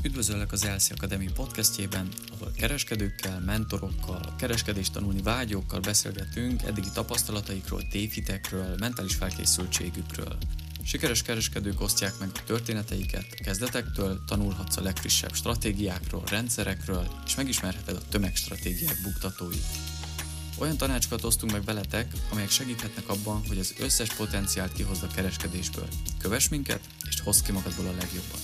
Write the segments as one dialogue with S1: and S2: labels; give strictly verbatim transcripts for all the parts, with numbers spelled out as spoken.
S1: Üdvözöllek az Elszi Academy podcastjében, ahol kereskedőkkel, mentorokkal, kereskedést tanulni vágyókkal beszélgetünk eddigi tapasztalataikról, tévhitekről, mentális felkészültségükről. Sikeres kereskedők osztják meg a történeteiket, kezdetektől tanulhatsz a legfrissebb stratégiákról, rendszerekről, és megismerheted a tömegstratégiák buktatóit. Olyan tanácsokat osztunk meg veletek, amelyek segíthetnek abban, hogy az összes potenciált kihozd a kereskedésből. Kövess minket, és hozd ki magadból a legjobbat.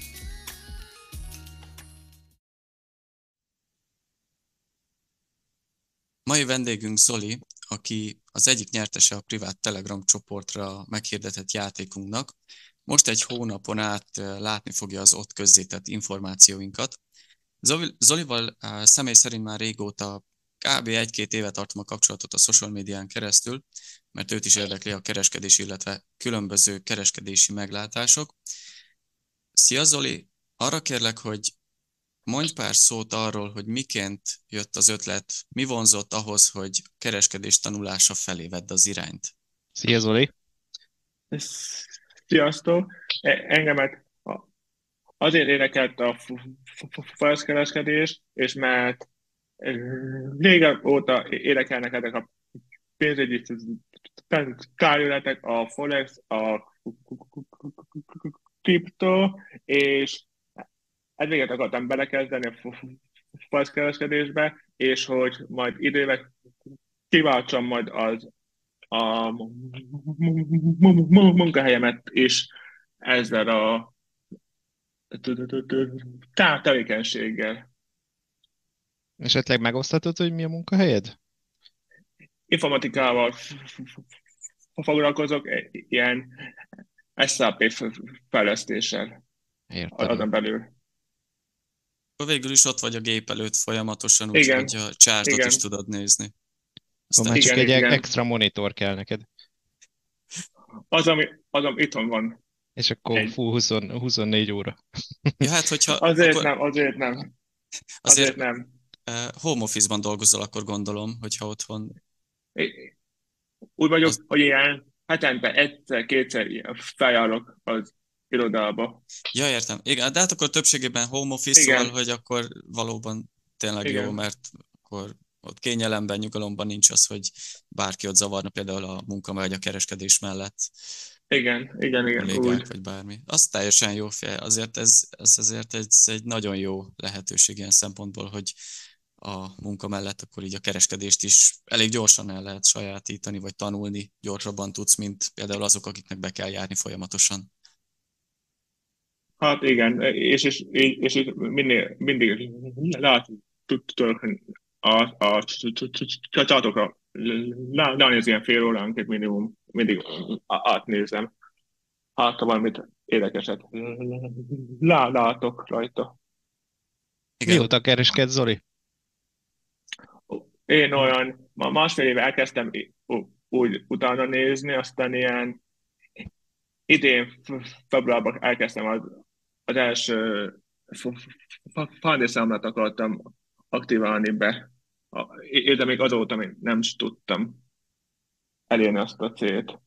S1: Mai vendégünk Zoli, aki az egyik nyertese a privát Telegram csoportra meghirdetett játékunknak. Most egy hónapon át látni fogja az ott közzétett információinkat. Zolival személy szerint már régóta, kb. egy-két éve tartom a kapcsolatot a social médián keresztül, mert őt is érdekli a kereskedés, illetve különböző kereskedési meglátások. Szia Zoli! Arra kérlek, hogy mondj pár szót arról, hogy miként jött az ötlet, mi vonzott ahhoz, hogy kereskedés tanulása felé vedd az irányt.
S2: Szia Zoli!
S3: Sziasztok! E- Engemet azért érdekelt a forex-kereskedés, és mert régebb óta érdekelnek ezek a pénzügyi tárgyaletek, a forex, a kripto, és ezért akartam belekezdeni a forex-kereskedésbe, és hogy majd idővel kiváltsam majd az a munkahelyemet is ezzel a tevékenységgel.
S2: Esetleg megosztatod, hogy mi a munkahelyed?
S3: Informatikával foglalkozok, ilyen es á pé fejlesztéssel azon
S2: Értem.
S3: belül.
S1: Végül is ott vagy a gép előtt folyamatosan,
S3: Igen,
S1: úgyhogy a csártot
S3: igen,
S1: is tudod nézni.
S2: Akkor
S1: Aztán
S2: már csak
S3: igen,
S2: egy
S3: igen.
S2: extra monitor kell neked.
S3: Az, ami, az, ami itthon van.
S2: És akkor
S3: Egy.
S2: full húsz, huszonnégy óra.
S1: ja, hát hogyha
S3: Azért
S1: akkor
S3: nem, azért nem,
S1: azért
S3: azért nem.
S1: uh, home office-ban dolgozol, akkor gondolom, hogyha otthon
S3: É- Úgy vagyok,
S1: az...
S3: hogy ilyen hetente egyszer-kétszer ilyen feljárok az irodába.
S1: Ja, értem. Igen, de hát akkor többségében home office, szóval,
S3: Igen,
S1: hogy akkor valóban tényleg jó,
S3: igen,
S1: mert akkor ott kényelemben, nyugalomban nincs az, hogy bárki ott zavarna például a munka vagy a kereskedés mellett
S3: igen, igen, igen,
S1: kollégák,
S3: úgy.
S1: vagy bármi. Az teljesen jó fél. Azért ez, ez azért egy, egy nagyon jó lehetőség ilyen szempontból, hogy a munka mellett akkor így a kereskedést is elég gyorsan el lehet sajátítani, vagy tanulni, gyorsabban tudsz, mint például azok, akiknek be kell járni folyamatosan.
S3: Hát igen, és, és, és, és mindig, mindig láttuk a, a csatokra leállni az ilyen fél óránként minimum, mindig átnézem. Hát, ha valamit érdekeset látok rajta.
S1: Igen.
S2: Mióta kereskedsz, Zoli?
S3: Én olyan, ma másfél éve elkezdtem úgy utána nézni, aztán ilyen idén februárban elkezdtem az, az első Fundy számlát akartam aktiválni be. De még azóta még nem is tudtam elérni azt a célt.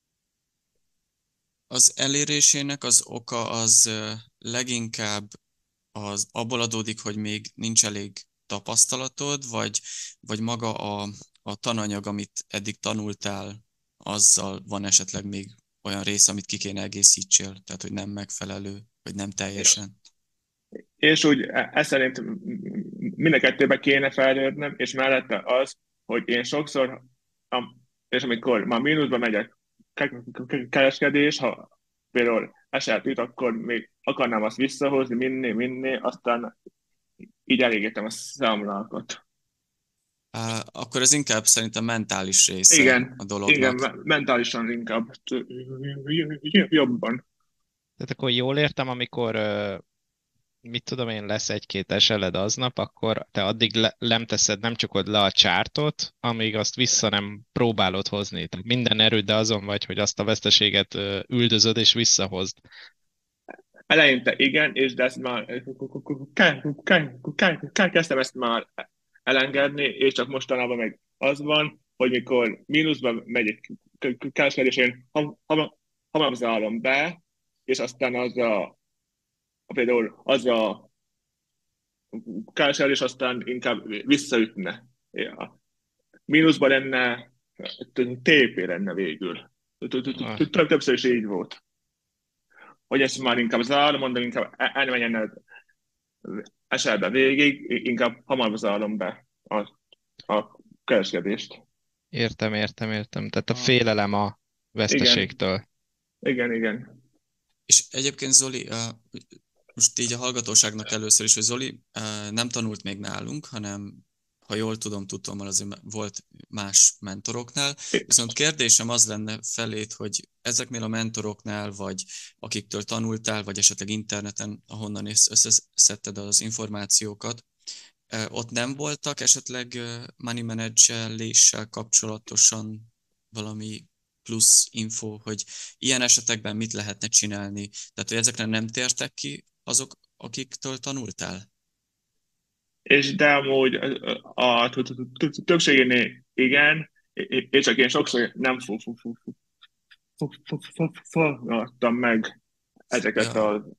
S1: Az elérésének az oka az ö, leginkább az abból adódik, hogy még nincs elég tapasztalatod, vagy, vagy maga a, a tananyag, amit eddig tanultál, azzal van esetleg még olyan rész, amit ki kéne egészítsél, tehát hogy nem megfelelő, vagy nem teljesen.
S3: És úgy e e szerint mind a kettőbe kéne fejlődnöm, és mellette az, hogy én sokszor, és amikor már mínuszba megyek kereskedés, ha például eset jut, akkor még akarnám azt visszahozni, minél, minél, aztán így elégítem a számlákat.
S1: Uh, akkor ez inkább szerintem mentális része a
S3: Igen, igen,
S1: dolognak.
S3: mentálisan inkább jobban.
S2: Tehát akkor jól értem, amikor, ö, mit tudom én, lesz egy-két eseled aznap, akkor te addig le, nem teszed, nem csukod le a csártot, amíg azt vissza nem próbálod hozni. Tehát minden erőddel azon vagy, hogy azt a veszteséget ö, üldözöd és visszahozd.
S3: Eleinte igen, és de ezt már kezdtem ezt már elengedni, és csak mostanában meg az van, hogy mikor mínuszban megy egy kereskedés, én hamar zárom be, és aztán az a, például az a kereskedés aztán inkább visszaütne. Ja. Mínuszban lenne, té pé lenne végül.
S2: Ah,
S3: Többször is így volt. Hogy ezt már inkább zárom, mondom, inkább elmenjen esetben végig, inkább hamar zárom be a, a kereskedést.
S2: értem, értem, értem. Tehát a
S1: A,
S2: félelem a
S3: Igen,
S2: veszteségtől.
S3: igen, igen.
S1: és egyébként Zoli, uh, most így a hallgatóságnak először is, hogy Zoli uh, nem tanult még nálunk, hanem ha jól tudom, tudtommal azért volt más mentoroknál. Viszont kérdésem az lenne felét, hogy ezeknél a mentoroknál, vagy akiktől tanultál, vagy esetleg interneten, ahonnan összeszedted az információkat, ott nem voltak esetleg money manageléssel kapcsolatosan valami plusz info, hogy ilyen esetekben mit lehetne csinálni? Tehát, hogy ezekre nem tértek ki azok, akiktől tanultál?
S3: És de amúgy a többségénél igen, és csak én sokszor nem fogadtam meg ezeket
S1: Ja.
S3: a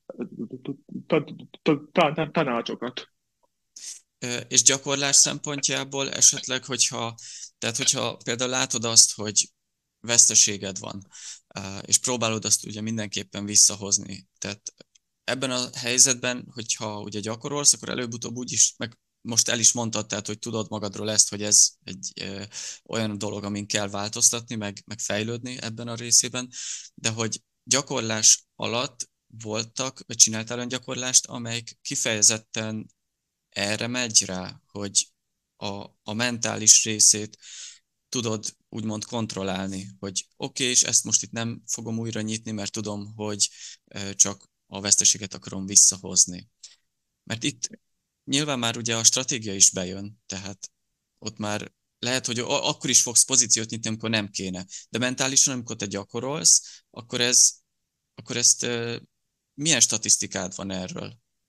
S3: tanácsokat.
S1: És gyakorlás szempontjából esetleg, hogyha, tehát hogyha például látod azt, hogy veszteséged van, és próbálod azt ugye mindenképpen visszahozni. Tehát ebben a helyzetben, hogyha ugye gyakorolsz, akkor előbb-utóbb úgy is, meg most el is mondtad, tehát, hogy tudod magadról ezt, hogy ez egy ö, olyan dolog, amin kell változtatni, meg, meg fejlődni ebben a részében, de hogy gyakorlás alatt voltak, vagy csináltál olyan gyakorlást, amelyik kifejezetten erre megy rá, hogy a, a mentális részét tudod úgymond kontrollálni, hogy oké, okay, és ezt most itt nem fogom újra nyitni, mert tudom, hogy csak a veszteséget akarom visszahozni. Mert itt nyilván már ugye a stratégia is bejön, tehát ott már lehet, hogy akkor is fogsz pozíciót nyitni, amikor nem kéne. De mentálisan, amikor te gyakorolsz, akkor, ez, akkor ezt milyen statisztikád van erről?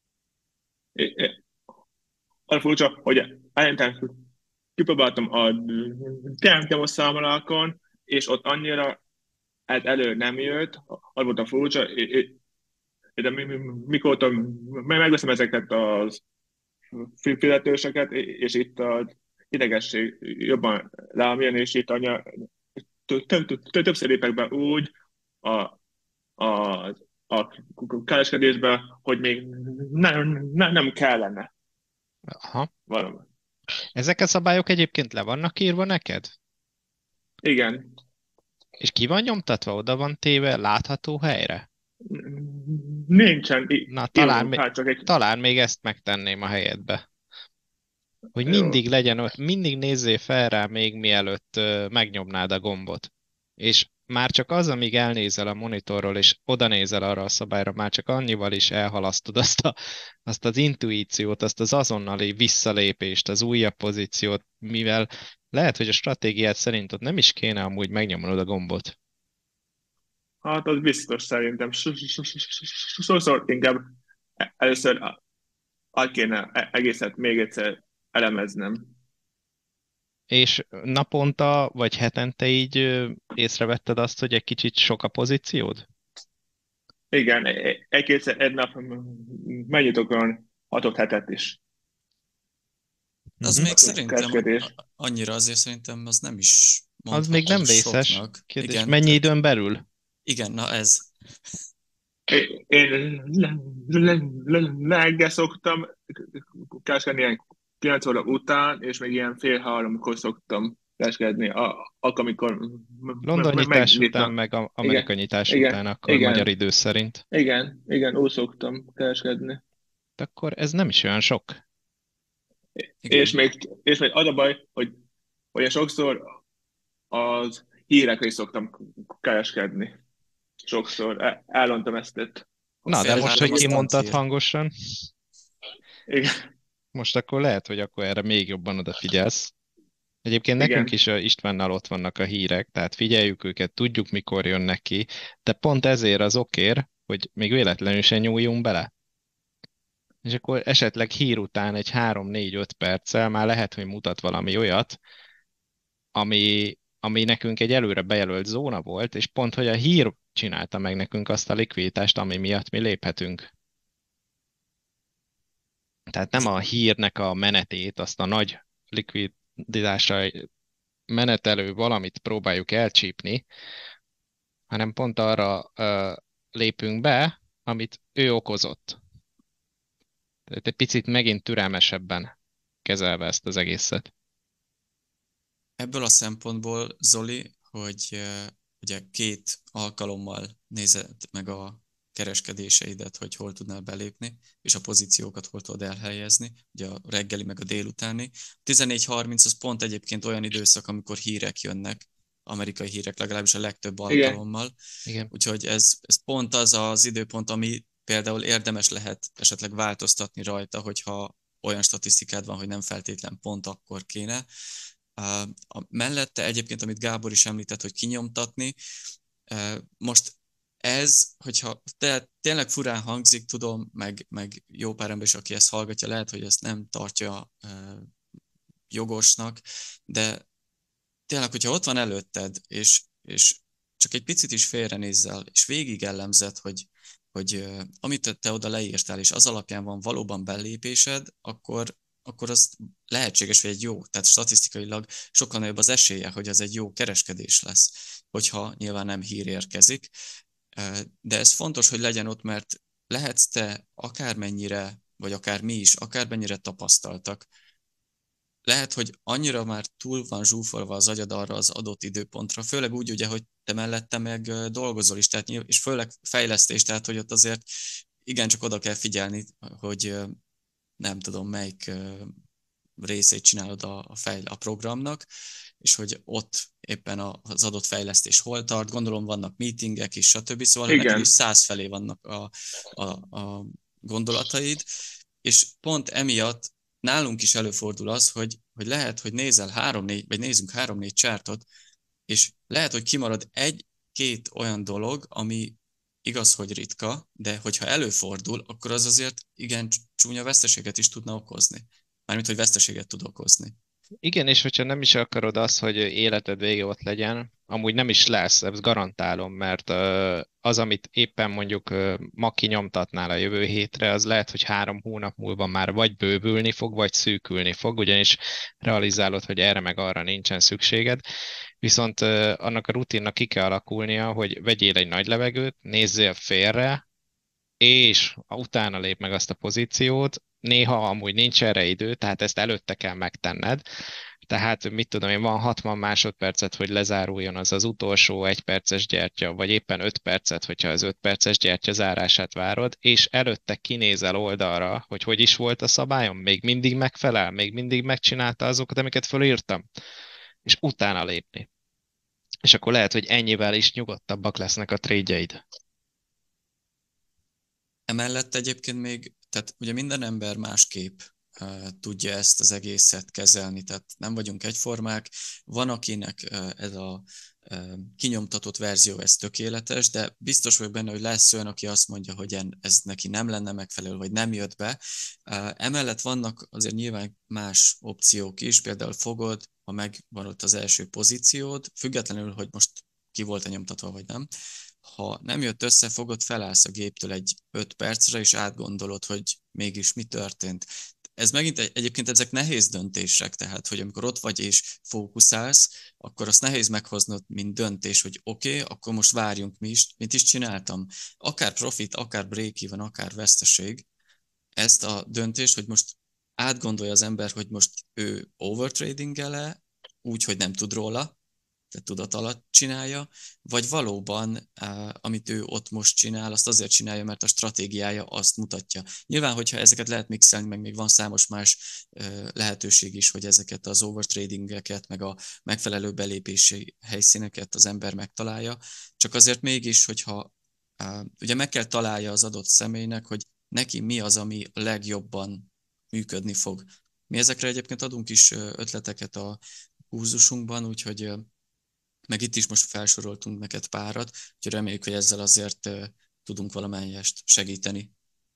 S3: Az furcsa, hogy eleinte kipróbáltam a demos számolákon, és ott annyira ez elő nem jött, az volt a furcsa, de mikor megveszem ezeket az fizetőseket, és itt az idegesség jobban rám jön, és itt anya többször lépek be úgy a, a, a kereskedésbe, hogy még nem, nem, nem kellene
S2: Aha.
S3: valami.
S2: Ezek a szabályok egyébként le vannak írva neked?
S3: Igen.
S2: És ki van nyomtatva? Oda van téve látható helyre?
S3: Nincsen
S2: Na, talán,
S3: írva,
S2: mi-
S3: hát csak egy...
S2: talán még ezt megtenném a helyedbe. Hogy
S3: Jó.
S2: mindig legyen ott, mindig nézzél fel rá még mielőtt ö, megnyomnád a gombot. És már csak az, amíg elnézel a monitorról, és oda nézel arra a szabályra, már csak annyival is elhalasztod azt, a, azt az intuíciót, azt az azonnali visszalépést, az újabb pozíciót, mivel lehet, hogy a stratégiát szerint ott nem is kéne amúgy megnyomnod a gombot.
S3: Hát az biztos szerintem. Sokszor inkább először át kéne egészet még egyszer elemeznem.
S2: És naponta vagy hetente így ö, észrevetted azt, hogy egy kicsit sok a pozíciód?
S3: Igen, egy-kétszer egy nap megnyitok olyan hatot hetet is.
S1: Az
S2: Uh-huh.
S1: még szerintem
S3: Kereskedés.
S1: annyira azért szerintem az nem is
S2: Az még
S1: mondható
S2: nem vészes.
S1: soknak.
S2: Kérdés,
S1: Igen,
S2: mennyi
S1: tehát,
S2: időn belül?
S1: igen, na ez.
S3: Én reggel szoktam kereskedni ilyen kilenc óra után, és még ilyen fél háromkor szoktam kereskedni, a- akkor, amikor
S2: London nyitás után,
S3: megnyitnak.
S2: meg a- Amerika
S3: Igen,
S2: nyitás után,
S3: igen,
S2: akkor magyar
S3: igen,
S2: idő szerint.
S3: igen, igen, úgy szoktam kereskedni.
S2: De akkor ez nem is olyan sok.
S3: És
S1: Igen.
S3: még, és még az a baj, hogy, hogy én sokszor az hírekre is szoktam kereskedni. Sokszor El- elrontom ezt itt.
S1: A
S2: Na, de
S1: fél
S2: most,
S1: három
S2: hogy
S1: az nem
S2: kimondtad
S1: hír.
S2: hangosan,
S3: Igen,
S2: most akkor lehet, hogy akkor erre még jobban odafigyelsz. Egyébként nekünk
S3: igen.
S2: is a Istvánnal ott vannak a hírek, tehát figyeljük őket, tudjuk, mikor jönnek ki, de pont ezért az okér, hogy még véletlenül se nyúljunk bele. És akkor esetleg hír után egy három négy öt perccel már lehet, hogy mutat valami olyat, ami, ami nekünk egy előre bejelölt zóna volt, és pont, hogy a hír csinálta meg nekünk azt a likviditást, ami miatt mi léphetünk. Tehát nem a hírnek a menetét, azt a nagy likviditásra menetelő valamit próbáljuk elcsípni, hanem pont arra ö, lépünk be, amit ő okozott. Tehát egy picit megint türelmesebben kezelve ezt az egészet.
S1: Ebből a szempontból, Zoli, hogy eh, ugye két alkalommal nézed meg a kereskedéseidet, hogy hol tudnál belépni, és a pozíciókat hol tudod elhelyezni, ugye a reggeli meg a délutáni. tizennégy harminc az pont egyébként olyan időszak, amikor hírek jönnek, amerikai hírek legalábbis a legtöbb
S3: Igen,
S1: alkalommal.
S2: Igen.
S1: Úgyhogy ez, ez pont az az időpont, ami például érdemes lehet esetleg változtatni rajta, hogyha olyan statisztikád van, hogy nem feltétlen pont akkor kéne. Uh, a mellette egyébként, amit Gábor is említett, hogy kinyomtatni, uh, most ez, hogyha te, tényleg furán hangzik, tudom, meg, meg jó pár ember is, aki ezt hallgatja, lehet, hogy ezt nem tartja uh, jogosnak, de tényleg, hogyha ott van előtted, és, és csak egy picit is félrenézzel, és végig elemzed, hogy, hogy uh, amit te oda leírtál, és az alapján van valóban belépésed, akkor, akkor az lehetséges, hogy egy jó, tehát statisztikailag sokkal nagyobb az esélye, hogy az egy jó kereskedés lesz, hogyha nyilván nem hír érkezik. Uh, de ez fontos, hogy legyen ott, mert lehetsz te akármennyire, vagy akár mi is, akármennyire tapasztaltak, lehet, hogy annyira már túl van zsúfolva az agyad arra az adott időpontra, főleg úgy, ugye, hogy te mellette meg dolgozol is, tehát, és főleg fejlesztés, tehát hogy ott azért igencsak oda kell figyelni, hogy nem tudom, melyik részét csinálod a, a, fejl, a programnak, és hogy ott éppen az adott fejlesztés hol tart, gondolom vannak meetingek is, stb. Szóval neked
S3: igen,
S1: is száz felé vannak a, a, a gondolataid, és pont emiatt nálunk is előfordul az, hogy, hogy lehet, hogy nézel három-négy, vagy nézzünk három-négy csártot, és lehet, hogy kimarad egy-két olyan dolog, ami igaz, hogy ritka, de hogyha előfordul, akkor az azért igen csúnya veszteséget is tudna okozni. Mármint, hogy veszteséget tud okozni.
S2: Igen, és hogyha nem is akarod azt, hogy életed vége ott legyen, amúgy nem is lesz, ezt garantálom, mert ö, az, amit éppen mondjuk ö, ma kinyomtatnál a jövő hétre, az lehet, hogy három hónap múlva már vagy bővülni fog, vagy szűkülni fog, ugyanis realizálod, hogy erre meg arra nincsen szükséged. Viszont ö, annak a rutinnak ki kell alakulnia, hogy vegyél egy nagy levegőt, nézzél félre, és utána lép meg azt a pozíciót, néha amúgy nincs erre idő, tehát ezt előtte kell megtenned. Tehát mit tudom én, van hatvan másodpercet, hogy lezáruljon az az utolsó egy perces gyertya, vagy éppen öt percet, hogyha az öt perces gyertya zárását várod, és előtte kinézel oldalra, hogy hogy is volt a szabályom, még mindig megfelel, még mindig megcsinálta azokat, amiket fölírtam, és utána lépni. És akkor lehet, hogy ennyivel is nyugodtabbak lesznek a trédjeid.
S1: Emellett egyébként még, tehát ugye minden ember másképp uh, tudja ezt az egészet kezelni, tehát nem vagyunk egyformák. Van, akinek uh, ez a uh, kinyomtatott verzió, ez tökéletes, de biztos vagyok benne, hogy lesz olyan, aki azt mondja, hogy ez neki nem lenne megfelelő, vagy nem jött be. Uh, emellett vannak azért nyilván más opciók is, például fogod, ha megvan ott az első pozíciód, függetlenül, hogy most ki volt-e nyomtatva, vagy nem, ha nem jött össze, fogod, felállsz a géptől egy öt percre, és átgondolod, hogy mégis mi történt. Ez megint egy, egyébként ezek nehéz döntések, tehát, hogy amikor ott vagy és fókuszálsz, akkor azt nehéz meghoznod, mint döntés, hogy oké, okay, akkor most várjunk mi is, mit is csináltam. Akár profit, akár break-even, akár veszteség, ezt a döntést, hogy most átgondolja az ember, hogy most ő overtrading-el-e, úgy, hogy nem tud róla, tehát tudat alatt csinálja, vagy valóban, amit ő ott most csinál, azt azért csinálja, mert a stratégiája azt mutatja. Nyilván, hogyha ezeket lehet mixelni, meg még van számos más lehetőség is, hogy ezeket az overtradingeket, meg a megfelelő belépési helyszíneket az ember megtalálja, csak azért mégis, hogyha ugye meg kell találja az adott személynek, hogy neki mi az, ami a legjobban működni fog. Mi ezekre egyébként adunk is ötleteket a kurzusunkban, úgyhogy meg itt is most felsoroltunk neked párat, úgyhogy reméljük, hogy ezzel azért tudunk valamelyest segíteni.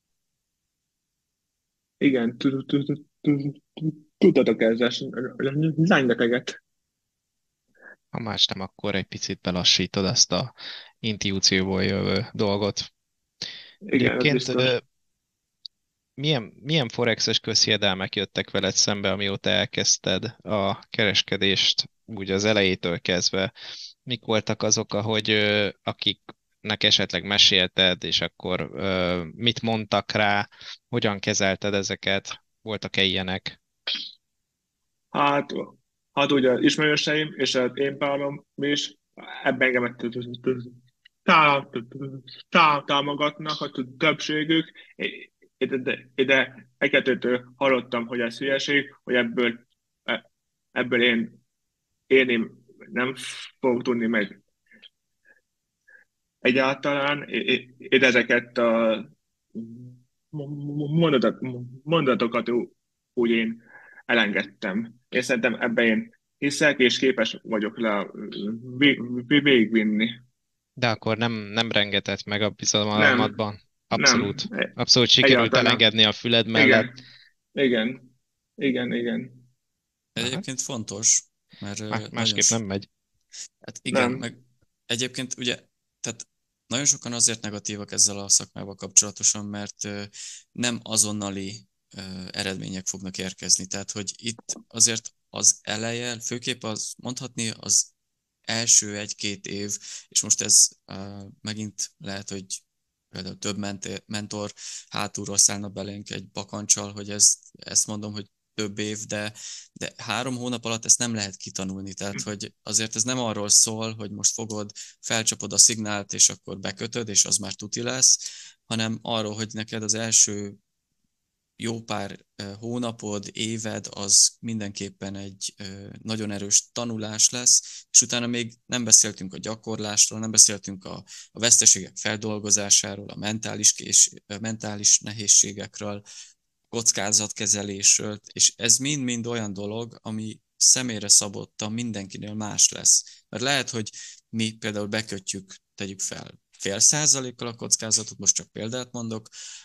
S3: igen, tudtatok ezzel, lánydeteget.
S2: Ha más nem, akkor egy picit belassítod ezt a intuícióból jövő dolgot.
S3: Igen, az
S2: Egyébként
S3: biztos.
S2: milyen, milyen forexes közhiedelmek jöttek veled szembe, amióta elkezdted a kereskedést, úgy az elejétől kezdve? Mik voltak azok, ahogy ö, akiknek esetleg mesélted, és akkor ö, mit mondtak rá, hogyan kezelted ezeket? Voltak-e ilyenek?
S3: Hát, hát ugye az ismerőseim és az én páromom is ebben engemet tá- tá- támogatnak a többségük. Ide, ide egy-kettőtől hallottam, hogy ez hülyeség, hogy ebből, e- ebből én, én, én nem fogok tudni meg egyáltalán. I- Ide ezeket a mondatot, mondatokat ú- úgy én elengedtem. És szerintem ebben én hiszek, és képes vagyok le vég- végigvinni.
S2: De akkor nem, nem rengetett meg a
S3: Nem,
S2: bizalmadban.
S3: nem,
S2: Abszolút. Abszolút sikerült
S3: egyáltalán nem.
S2: elengedni a füled mellett.
S3: Igen, igen, igen, igen.
S2: Aha.
S1: Egyébként fontos, mert
S2: Má-
S1: ö, nagyon,
S2: Másképp nem megy.
S1: hát igen,
S3: Nem,
S1: meg egyébként ugye, tehát nagyon sokan azért negatívak ezzel a szakmával kapcsolatosan, mert ö, nem azonnali ö, eredmények fognak érkezni. Tehát, hogy itt azért az eleje, főképp az mondhatni az első egy-két év, és most ez ö, megint lehet, hogy például több ment- mentor hátulról szállna belénk egy bakancsal, hogy ezt, ezt mondom, hogy több év, de, de három hónap alatt ezt nem lehet kitanulni. Tehát, hogy azért ez nem arról szól, hogy most fogod, felcsapod a szignált, és akkor bekötöd, és az már tuti lesz, hanem arról, hogy neked az első jó pár hónapod, éved, az mindenképpen egy nagyon erős tanulás lesz, és utána még nem beszéltünk a gyakorlásról, nem beszéltünk a, a veszteségek feldolgozásáról, a mentális, kés, a mentális nehézségekről, kockázatkezelésről, és ez mind-mind olyan dolog, ami személyre szabottan mindenkinél más lesz. Mert lehet, hogy mi például bekötjük, tegyük fel fél százalékkal a kockázatot, most csak példát mondok,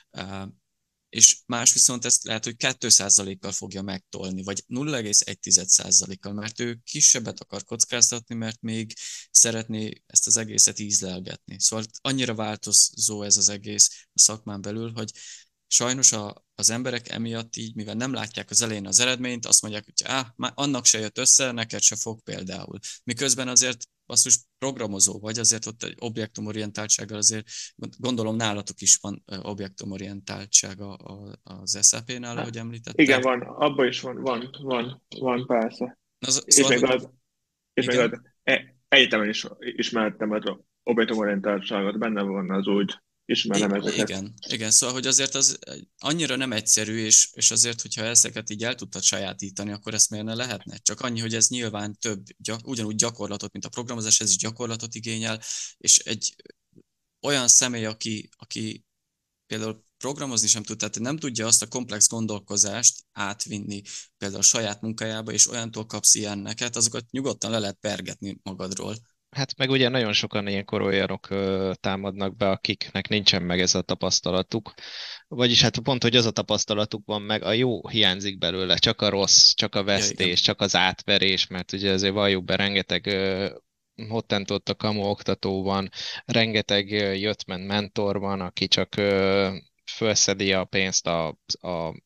S1: és más viszont ezt lehet, hogy két százalékkal fogja megtolni, vagy nulla egész egy százalékkal, mert ő kisebbet akar kockáztatni, mert még szeretné ezt az egészet ízlelgetni. Szóval annyira változó ez az egész a szakmán belül, hogy sajnos a, az emberek emiatt így, mivel nem látják az elején az eredményt, azt mondják, hogy áh, már annak se jött össze, neked se fog például. Miközben azért basszus programozó vagy, azért ott egy objektumorientáltsággal azért gondolom nálatok is van objektumorientáltsága az es á pé-nál, ahogy
S3: Igen,
S1: említetted.
S3: van, abban is van, van, van, van, persze.
S1: Az,
S3: És
S1: szóval,
S3: még
S1: hogy
S3: az, és még
S1: igen,
S3: az e- egyetemen is ismertem az objektumorientáltságot, benne van az úgy, ismerem
S1: I-
S3: ezeket.
S1: igen, igen, szóval, hogy azért az annyira nem egyszerű, és, és azért, hogyha ezeket így el tudtad sajátítani, akkor ezt miért ne lehetne? Csak annyi, hogy ez nyilván több, gyak, ugyanúgy gyakorlatot, mint a programozás, ez is gyakorlatot igényel, és egy olyan személy, aki, aki például programozni sem tud, tehát nem tudja azt a komplex gondolkozást átvinni például a saját munkájába, és olyantól kapsz ilyeneket, azokat nyugodtan le lehet pergetni magadról.
S2: Hát meg ugye nagyon sokan ilyenkor olyanok ö, támadnak be, akiknek nincsen meg ez a tapasztalatuk. Vagyis hát pont, hogy az a tapasztalatuk van meg, a jó hiányzik belőle, csak a rossz, csak a
S1: Ja,
S2: vesztés,
S1: igen.
S2: csak az átverés, mert ugye azért valljuk be, rengeteg ö, hottentott a kamu oktató van, rengeteg ö, jött-ment mentor van, aki csak ö, felszedi a pénzt a, a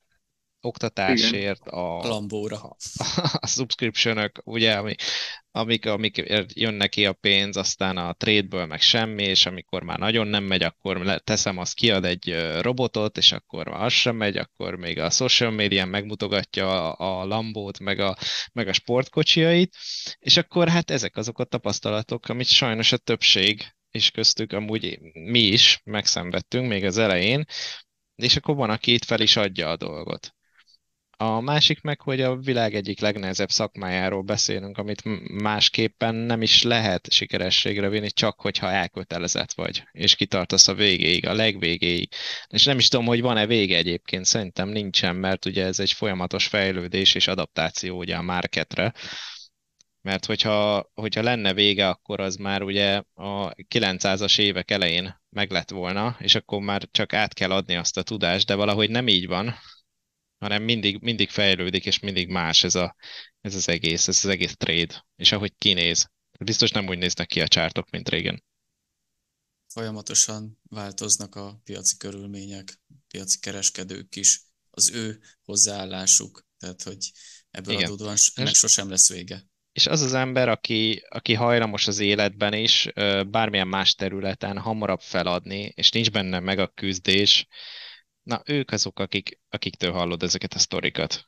S3: Igen,
S2: oktatásért,
S1: A
S2: a,
S1: Lambóra.
S2: a, a subscriptionök, ugye, ami, amik, amik jön neki a pénz, aztán a trade-ből meg semmi, és amikor már nagyon nem megy, akkor le- teszem, az kiad egy ö, robotot, és akkor már az sem megy, akkor még a social médián megmutogatja a, a Lambót, meg a, meg a sportkocsiait, és akkor hát ezek azok a tapasztalatok, amit sajnos a többség, és köztük amúgy mi is megszenvedtünk még az elején, és akkor van, aki itt fel is adja a dolgot. A másik meg, hogy a világ egyik legnehezebb szakmájáról beszélünk, amit m- másképpen nem is lehet sikerességre vinni, csak hogyha elkötelezett vagy, és kitartasz a végéig, a legvégéig. És nem is tudom, hogy van-e vége egyébként, szerintem nincsen, mert ugye ez egy folyamatos fejlődés és adaptáció ugye a marketre, mert hogyha, hogyha lenne vége, akkor az már ugye a kilencszázas évek elején meg lett volna, és akkor már csak át kell adni azt a tudást, de valahogy nem így van, hanem mindig, mindig fejlődik, és mindig más ez, a, ez az egész, ez az egész trade, és ahogy kinéz. Biztos nem úgy néznek ki a csártok, mint régen.
S1: Folyamatosan változnak a piaci körülmények. piaci kereskedők is, az ő hozzáállásuk, tehát hogy ebből
S2: Igen.
S1: adódóan ennek
S2: És,
S1: sosem lesz vége.
S2: és az az ember, aki, aki hajlamos az életben is, ö, bármilyen más területen hamarabb feladni, és nincs benne meg a küzdés, na ők azok, akik, akiktől hallod ezeket a sztorikat.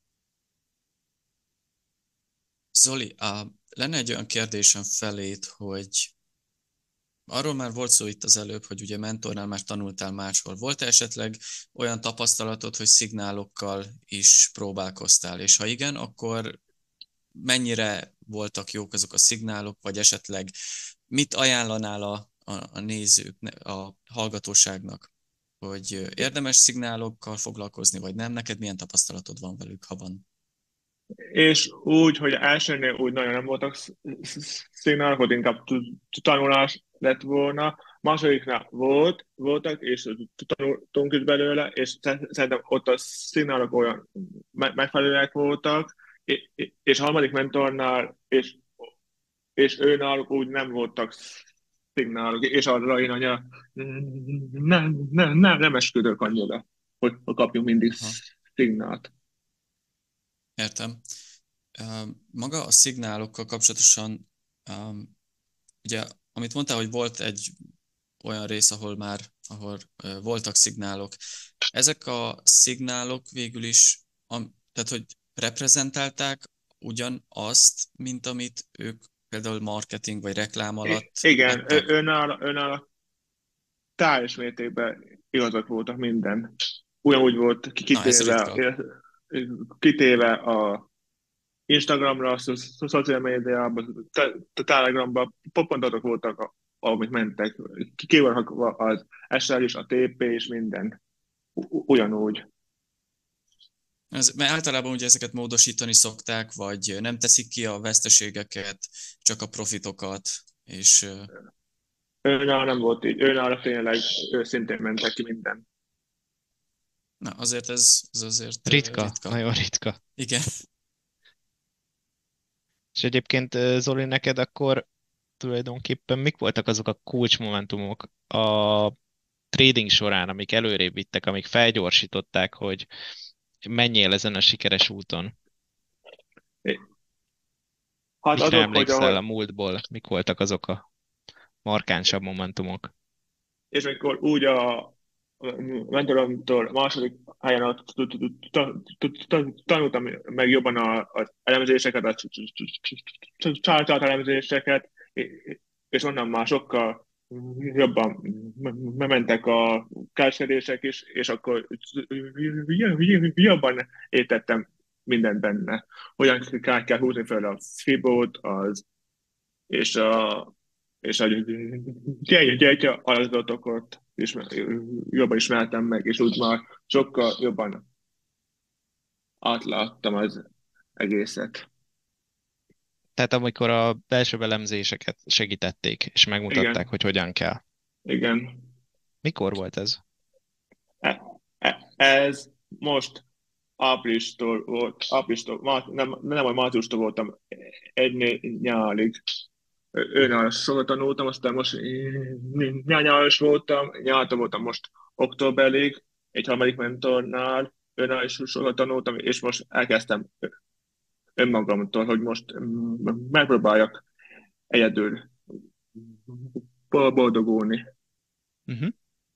S1: Zoli, a, lenne egy olyan kérdésem felét, hogy arról már volt szó itt az előbb, hogy ugye mentornál már tanultál máshol. Volt-e esetleg olyan tapasztalatod, hogy szignálokkal is próbálkoztál? És ha igen, akkor mennyire voltak jók azok a szignálok, vagy esetleg mit ajánlanál a, a, a nézők, a hallgatóságnak, hogy érdemes szignálokkal foglalkozni, vagy nem? Neked milyen tapasztalatod van velük, ha van?
S3: És úgy, hogy elsőnél úgy nagyon nem voltak sz- sz- szignálok, hogy inkább t- tanulás lett volna. Másodiknál volt, voltak, és tanultunk is belőle, és sze- szerintem ott a szignálok olyan me- megfelelőek voltak, és, és a harmadik mentornál, és, és őnál úgy nem voltak szignálok, és arra én anya nem, nem, nem, nem esküdök annyira, hogy kapjunk mindig
S1: Aha,
S3: szignált.
S1: értem. Maga a szignálokkal kapcsolatosan, ugye, amit mondtál, hogy volt egy olyan rész, ahol már ahol voltak szignálok. Ezek a szignálok végül is, am, tehát hogy reprezentálták ugyanazt, mint amit ők például marketing vagy reklám
S3: I-
S1: alatt
S3: igen, ő-
S1: adtak.
S3: önáll, önáll teljes mértékben igazak voltak minden. Ugyanúgy volt ki-
S1: Na, ez
S3: kitéve,
S1: ritka.
S3: kitéve a Instagramra, a szo- szo- szociál médiában, te- te- Telegramban, pont voltak, a- amit mentek. Ki van rakva az es el is, a té pé és minden. U- Ugyanúgy.
S1: Ez, mert általában ugye ezeket módosítani szokták, vagy nem teszik ki a veszteségeket, csak a profitokat, és
S3: Önáll nem volt így. Önáll tényleg őszintén mentek ki minden.
S1: na, azért ez, ez azért
S2: Ritka,
S1: ritka.
S2: nagyon ritka.
S1: Igen.
S2: És egyébként, ö, Zoli, neked akkor tulajdonképpen mik voltak azok a kulcsmomentumok a trading során, amik előrébb vittek, amik felgyorsították, hogy menjél ezen a sikeres úton?
S3: Hát
S2: Mikre
S3: azok, hogy
S2: emlékszel
S3: ahogy,
S2: a múltból? Mik voltak azok a markánsabb momentumok?
S3: és amikor úgy a mentoromtól második helyen a- tanultam meg jobban a- az elemzéseket, a chart elemzéseket, és onnan már sokkal jobban mentek a kereskedések is, és akkor jobban értettem mindent benne. Hogyan kell, kell húzni fel a fibót, az, és a és a gyertya alakzatokat ismer, jobban ismertem meg, és úgy már sokkal jobban átláttam az egészet.
S2: Tehát amikor a belső elemzéseket segítették, és megmutatták,
S3: Igen,
S2: hogy hogyan kell.
S3: igen.
S2: Mikor volt ez?
S3: E, e, ez most áprilistól volt, áprilistól, má, nem, nem, hogy márciustól voltam egy nyárig. Őnál sokat tanultam, aztán most nyáris voltam, nyártól voltam most októberig, egy harmadik mentornál, őnál is sokat tanultam, és most elkezdtem önmagamtól, hogy most megpróbáljak egyedül boldogulni.
S2: Uh-huh.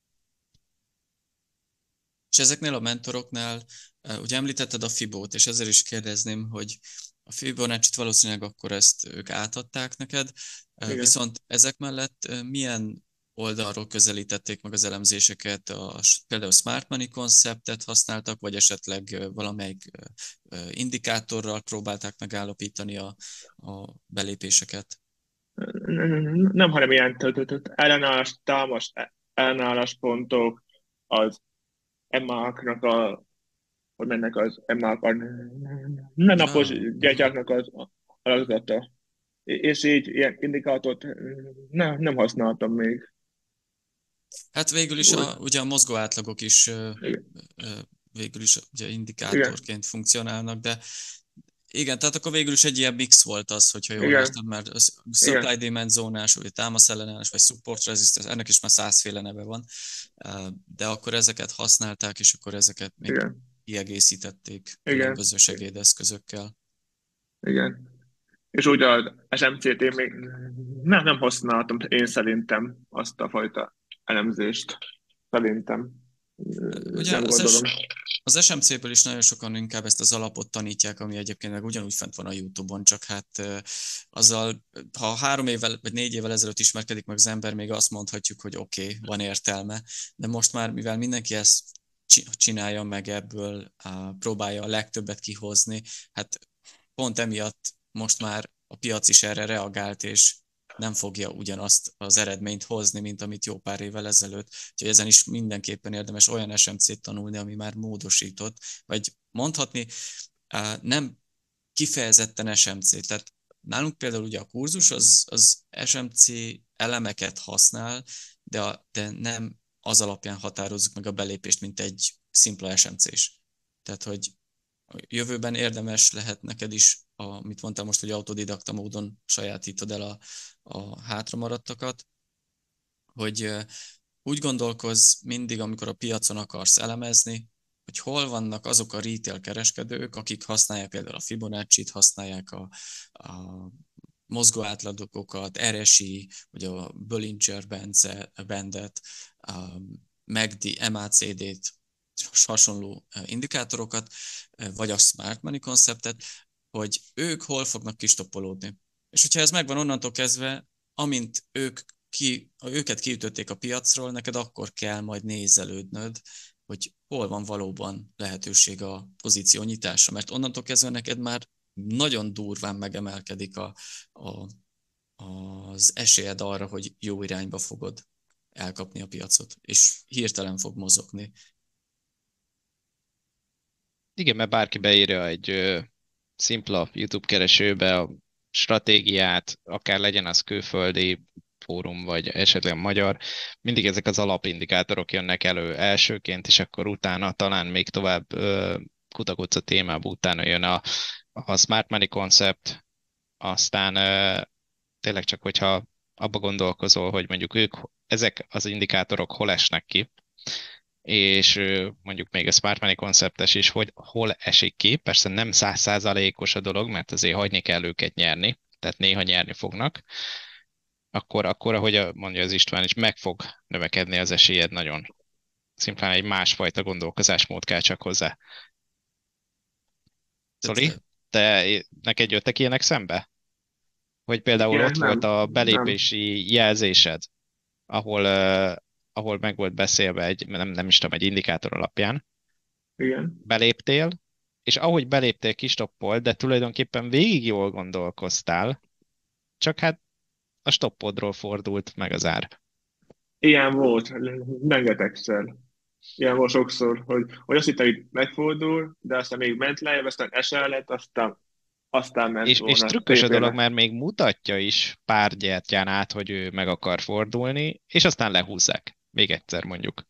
S1: És ezeknél a mentoroknál, ugye említetted a Fibót, és ezért is kérdezném, hogy a Fibonacci-t valószínűleg akkor ezt ők átadták neked,
S3: Igen.
S1: viszont ezek mellett milyen oldalról közelítették meg az elemzéseket? A, például Smart Money konceptet használtak, vagy esetleg valamelyik indikátorral próbálták megállapítani a, a belépéseket?
S3: Nem, hanem ilyen ellenállás, támas ellenálláspontok, az emáknak a, hogy mennek az emák, a ne napos
S1: Ja, aha.
S3: gyertyáknak az alakzata. És így ilyen indikátort ne, nem használtam még.
S1: Hát végül is
S3: Úgy.
S1: a, ugye a mozgó átlagok is ö,
S3: Igen.
S1: ö, végül is ugye
S3: Igen.
S1: indikátorként funkcionálnak, de Igen, tehát akkor végül is egy ilyen mix volt az, hogyha jól
S3: Igen,
S1: értem, mert a supply
S3: igen,
S1: demand zónás, vagy támaszellenes, vagy support resistance, ennek is már százféle neve van, de akkor ezeket használták, és akkor ezeket még
S3: igen,
S1: kiegészítették
S3: igen,
S1: különböző segédeszközökkel.
S3: igen. És úgy az es em cét én még nem, nem használtam, én szerintem azt a fajta elemzést. Szerintem.
S1: Ugye
S3: Nem
S1: az,
S3: gondolom.
S1: es, az es em cé-ből is nagyon sokan inkább ezt az alapot tanítják, ami egyébként meg ugyanúgy fent van a YouTube-on, csak hát azzal, ha három évvel vagy négy évvel ezelőtt ismerkedik meg az ember, még azt mondhatjuk, hogy oké, okay, van értelme, de most már, mivel mindenki ezt csinálja meg ebből, próbálja a legtöbbet kihozni, hát pont emiatt most már a piac is erre reagált, és nem fogja ugyanazt az eredményt hozni, mint amit jó pár évvel ezelőtt. Úgyhogy ezen is mindenképpen érdemes olyan es em cét tanulni, ami már módosított, vagy mondhatni, nem kifejezetten es em cé. Tehát nálunk például ugye a kurzus az, az es em cé elemeket használ, de, a, de nem az alapján határozzuk meg a belépést, mint egy szimpla es em cés. Tehát, hogy a jövőben érdemes lehet neked is, amit mondtam most, hogy autodidakta módon sajátítod el a, a hátramaradtakat, hogy úgy gondolkozz mindig, amikor a piacon akarsz elemezni, hogy hol vannak azok a retail kereskedők, akik használják például a Fibonacci-t, használják a, a mozgó átlagokat, er es i, vagy a Bollinger Bandet, a em á cé dé-t, em á cé dé-t, hasonló indikátorokat, vagy a Smart Money konceptet, hogy ők hol fognak kistoppolódni. És hogyha ez megvan onnantól kezdve, amint ők ki, ha őket kiütötték a piacról, neked akkor kell majd nézelődnöd, hogy hol van valóban lehetőség a pozíció nyitásra, mert onnantól kezdve neked már nagyon durván megemelkedik a, a, az esélyed arra, hogy jó irányba fogod elkapni a piacot, és hirtelen fog mozogni.
S2: Igen, mert bárki beírja egy ö, szimpla YouTube keresőbe a stratégiát, akár legyen az külföldi fórum, vagy esetleg magyar, mindig ezek az alapindikátorok jönnek elő elsőként, és akkor utána talán még tovább ö, kutakodsz a témába, utána jön a, a Smart Money koncept, aztán ö, tényleg csak, hogyha abba gondolkozol, hogy mondjuk ők, ezek az indikátorok hol esnek ki, és mondjuk még a Smart Money konceptes is, hogy hol esik ki. Persze nem százszázalékos a dolog, mert azért hagyni kell őket nyerni, tehát néha nyerni fognak. Akkor, akkor ahogy mondja az István is, meg fog növekedni az esélyed nagyon. Szimplán egy másfajta gondolkozásmód kell csak hozzá. Szoli,
S1: Tehát,
S2: te, neked jöttek ilyenek szembe? Hogy például
S3: Ilyenek
S2: ott volt
S3: nem.
S2: a
S3: Nem.
S2: belépési jelzésed, ahol, uh, ahol meg volt beszélve egy, nem, nem is tudom, egy indikátor alapján,
S3: Igen.
S2: beléptél, és ahogy beléptél, kistoppolt, de tulajdonképpen végig jól gondolkoztál, csak hát a stoppodról fordult meg az ár.
S3: Ilyen volt. Rengetegszer. Ilyen volt sokszor, hogy, hogy azt hittem, hogy megfordul, de aztán még ment le, aztán esel lett, aztán, aztán ment
S2: És, és
S3: volna
S2: trükkös a dolog,
S3: tépére.
S2: mert még mutatja is pár gyertyán át, hogy ő meg akar fordulni, és aztán lehúzzák. Még egyszer mondjuk.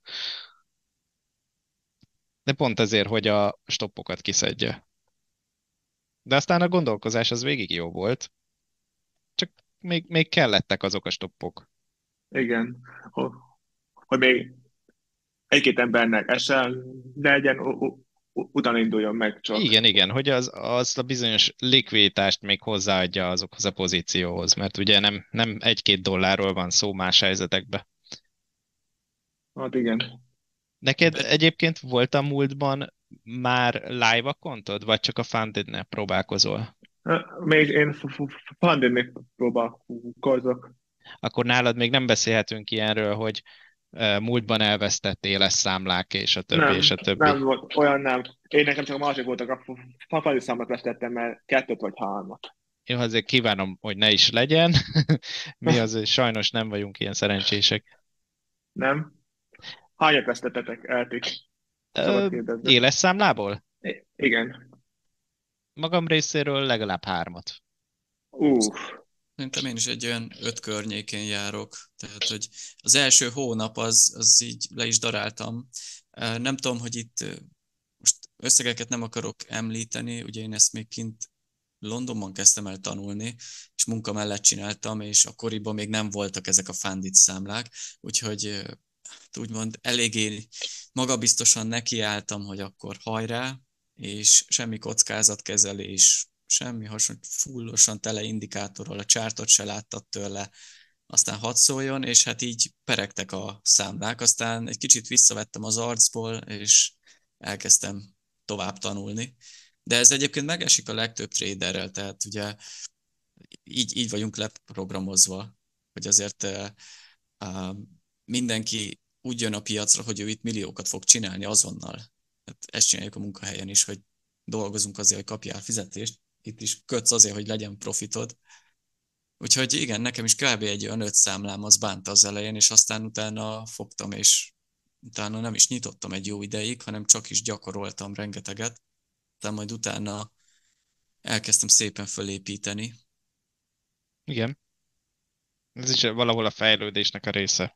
S2: De pont ezért, hogy a stoppokat kiszedje. De aztán a gondolkozás az végig jó volt, csak még, még kellettek azok a stoppok.
S3: Igen. Hogy, hogy még egy-két embernek esel, de legyen, u- u- u- utána induljon meg csak.
S2: Igen, igen, hogy az, az a bizonyos likviditást még hozzáadja azokhoz a pozícióhoz, mert ugye nem, nem egy-két dollárról van szó más helyzetekben.
S3: Hát igen.
S2: Neked egyébként volt a múltban már live accountod, vagy csak a funded-nél próbálkozol?
S3: Még én fundedni próbálkozok.
S2: Akkor nálad még nem beszélhetünk ilyenről, hogy eh, múltban elvesztett éles számlák, és a többi, és
S3: Nem,
S2: a
S3: nem
S2: többi.
S3: volt, olyan nem. Én nekem csak a másik voltak, a fafali számot vesztettem, mert kettőt vagy hármat.
S2: Én azért kívánom, hogy ne is legyen. Mi azért sajnos nem vagyunk ilyen szerencsések.
S3: Nem? Hányat vesztettetek, eltik? Szabad
S2: Ö,
S3: kérdezni.
S2: éles számlából?
S3: I- Igen.
S2: Magam részéről legalább hármat.
S3: Uff.
S1: Szerintem én is egy olyan öt környékén járok, tehát hogy az első hónap az, az így le is daráltam. Nem tudom, hogy itt most összegeket nem akarok említeni, ugye én ezt még kint Londonban kezdtem el tanulni, és munka mellett csináltam, és akkoriban még nem voltak ezek a funded számlák, úgyhogy úgymond eléggé magabiztosan nekiálltam, hogy akkor hajrá, és semmi kockázatkezelés, semmi hasonló, fullosan tele indikátorral, a csártot se láttad tőle, aztán hadd szóljon, és hát így peregtek a számlák, aztán egy kicsit visszavettem az arcból, és elkezdtem tovább tanulni. De ez egyébként megesik a legtöbb traderrel, tehát ugye így, így vagyunk leprogramozva, hogy azért uh, uh, mindenki úgy jön a piacra, hogy ő itt milliókat fog csinálni azonnal. Tehát ezt csináljuk a munkahelyen is, hogy dolgozunk azért, hogy kapjál fizetést, itt is kötsz azért, hogy legyen profitod. Úgyhogy igen, nekem is kb. Egy olyan öt számlám az bánta az elején, és aztán utána fogtam, és utána nem is nyitottam egy jó ideig, hanem csak is gyakoroltam rengeteget. Tehát majd utána elkezdtem szépen fölépíteni.
S2: Igen, ez is valahol a fejlődésnek a része.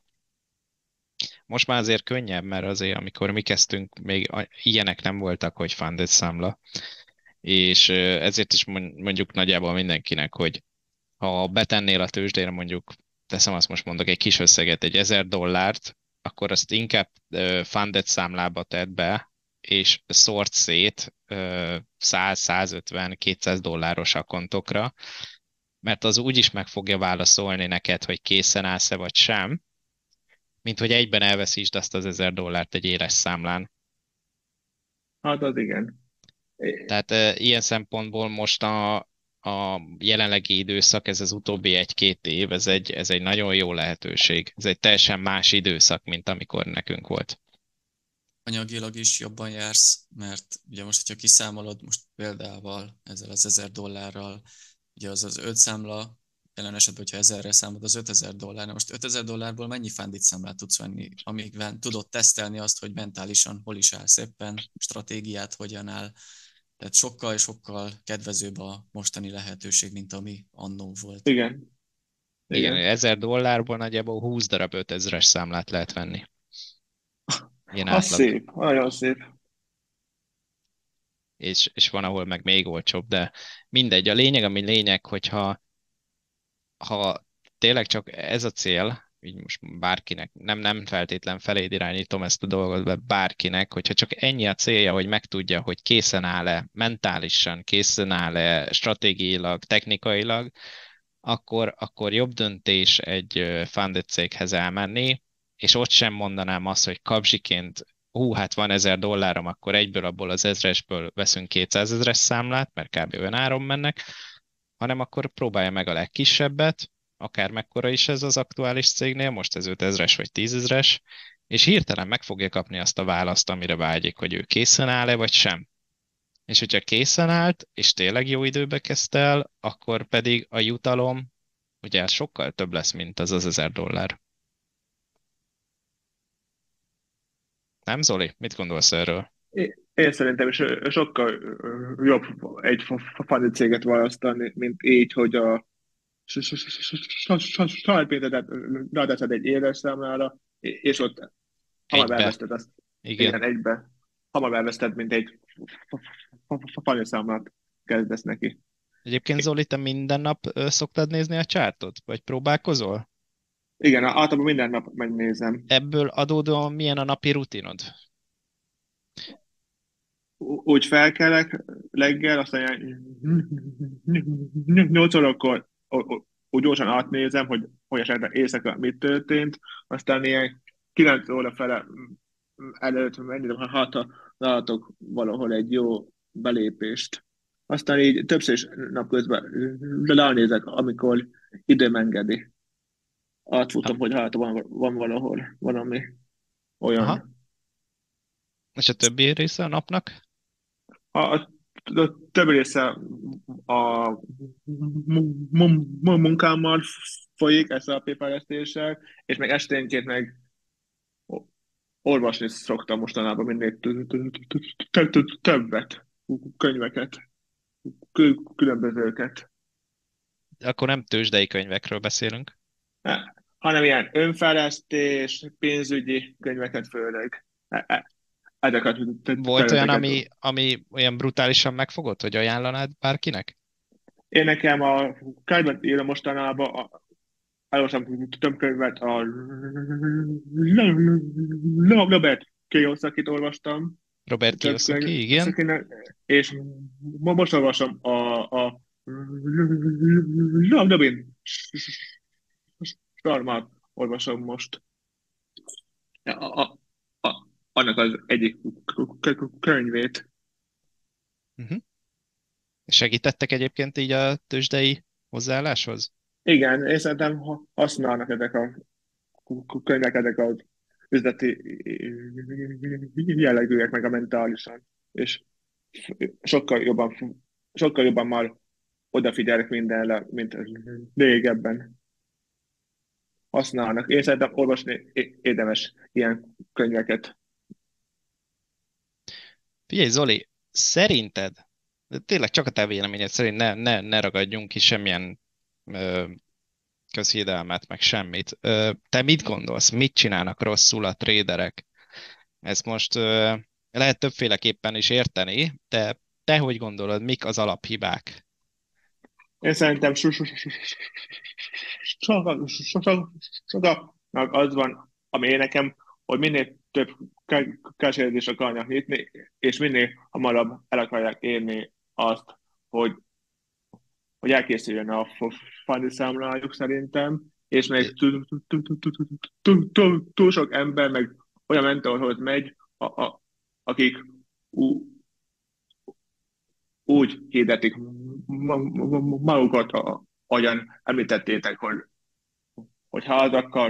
S2: Most már azért könnyebb, mert azért, amikor mi kezdtünk, még ilyenek nem voltak, hogy funded számla. És ezért is mondjuk nagyjából mindenkinek, hogy ha betennél a tőzsdére mondjuk, teszem azt most mondok, egy kis összeget, egy ezer dollárt, akkor azt inkább funded számlába tedd be, és szort szét száz, százötven, kétszáz dolláros akontokra, mert az úgyis meg fogja válaszolni neked, hogy készen állsz-e vagy sem, mint hogy egyben elveszítsd azt az ezer dollárt egy éles számlán.
S3: Hát az igen.
S2: Tehát e, ilyen szempontból most a, a jelenlegi időszak, ez az utóbbi egy-két év, ez egy, ez egy nagyon jó lehetőség. Ez egy teljesen más időszak, mint amikor nekünk volt.
S1: Anyagilag is jobban jársz, mert ugye most, hogyha kiszámolod most példával, ezzel az ezer dollárral, ugye az az öt számla, jelen esetben, hogyha ezerre számolod, az ötezer dollár. Na most ötezer dollárból mennyi funded számlát tudsz venni, amikben tudod tesztelni azt, hogy mentálisan hol is állsz éppen, stratégiát hogyan áll. Tehát sokkal-sokkal kedvezőbb a mostani lehetőség, mint ami annó volt.
S3: Igen.
S2: Igen,
S3: Igen.
S2: ezer dollárból nagyjából húsz darab ötezres számlát lehet venni. Ilyen
S3: Az
S2: átlag.
S3: szép, nagyon szép.
S2: És, és van, ahol meg még olcsóbb, de mindegy. A lényeg, ami lényeg, hogyha ha tényleg csak ez a cél, így most bárkinek, nem, nem feltétlen feléd irányítom ezt a dolgot, de bárkinek, hogyha csak ennyi a célja, hogy megtudja, hogy készen áll-e mentálisan, készen áll-e stratégiailag, technikailag, akkor, akkor jobb döntés egy funded céghez elmenni, és ott sem mondanám azt, hogy kapzsiként, hú, hát van ezer dollárom, akkor egyből abból az ezresből veszünk kétszázezres számlát, mert kb. Olyan áron mennek, hanem akkor próbálja meg a legkisebbet, akár mekkora is ez az aktuális cégnél, most ez ötezres vagy tízezres, és hirtelen meg fogja kapni azt a választ, amire vágyik, hogy ő készen áll-e vagy sem. És hogyha készen állt, és tényleg jó időbe kezdte el, akkor pedig a jutalom ugye sokkal több lesz, mint az az ezer dollár. Nem, Zoli? Mit gondolsz erről?
S3: Én szerintem is sokkal jobb egy funded céget választani, mint így, hogy a saját pénzedet ráteszed egy éles számlára, és ott hamar
S2: Egybe.
S3: elveszted azt.
S2: Igen.
S3: Igen, egybe. Hamar elveszted, mint egy funded számlát kezdesz neki.
S2: Egyébként, Zoli, te minden nap ö, szoktad nézni a csártot? Vagy próbálkozol?
S3: Igen, általában minden nap megnézem.
S2: Ebből adódóan milyen a napi rutinod?
S3: Úgy felkelek reggel, aztán nyolc órakor úgy gyorsan átnézem, hogy hogy esetleg éjszaka mit történt, aztán ilyen kilenc óra fele előtt megnézem, ha hát látok valahol egy jó belépést. Aztán így többször is napközben ránézek, amikor időm engedi. Átfutom, hogy hát van, van valahol valami olyan.
S2: Aha. És a többi része a napnak?
S3: A, a, a több része a munkámmal folyik, es á pé fejlesztéssel, és meg esténként meg olvasni szoktam mostanában minél többet, könyveket, különbözőket.
S2: Akkor nem tőzsdei könyvekről beszélünk.
S3: Hanem ilyen önfejlesztés, pénzügyi könyveket főleg. Ezeket
S2: Volt olyan, ami, ami olyan brutálisan megfogott, hogy ajánlanád bárkinek?
S3: én nekem a könyvet írom mostanában, a- elolvastam több könyvet, a Robert Kiyosakit olvastam,
S2: Robert
S3: több könyv,
S2: Kiyosaki, igen.
S3: és mo- most olvasom a, a Robin Sharmát olvasom most. A, a, a, annak az egyik könyvét.
S2: Uh-huh. Segítettek egyébként így a tőzsdei hozzáálláshoz?
S3: Igen, én szerintem ha- használnak ezek a könyvek, ezek az üzleti jellegűek, meg a mentálisan, és sokkal jobban, sokkal jobban már odafigyelek mindenre, mint régebben használnak. Én szerintem olvasni é- érdemes ilyen könyveket.
S2: Figyelj, Zoli, szerinted, de tényleg csak a te véleményed szerint ne, ne, ne ragadjunk ki semmilyen ö, közhiedelmet, meg semmit. Ö, te mit gondolsz, mit csinálnak rosszul a tréderek? Ezt most ö, lehet többféleképpen is érteni, de te hogy gondolod, mik az alaphibák?
S3: Én szerintem so- so- so- so- so- so- so- sokaknak az van, ami én nekem, hogy minél több kereskedést akarnak nyitni, és minél hamarabb el akarják érni azt, hogy, hogy elkészüljön a fandi számlájuk szerintem, és még túl túl- túl- túl- túl- túl- túl- túl sok ember, meg olyan mentorhoz megy, a, a, akik ú- úgy hirdetik ma- ma- ma- magukat, a- ahogyan említettétek, hogy, hogy házakkal,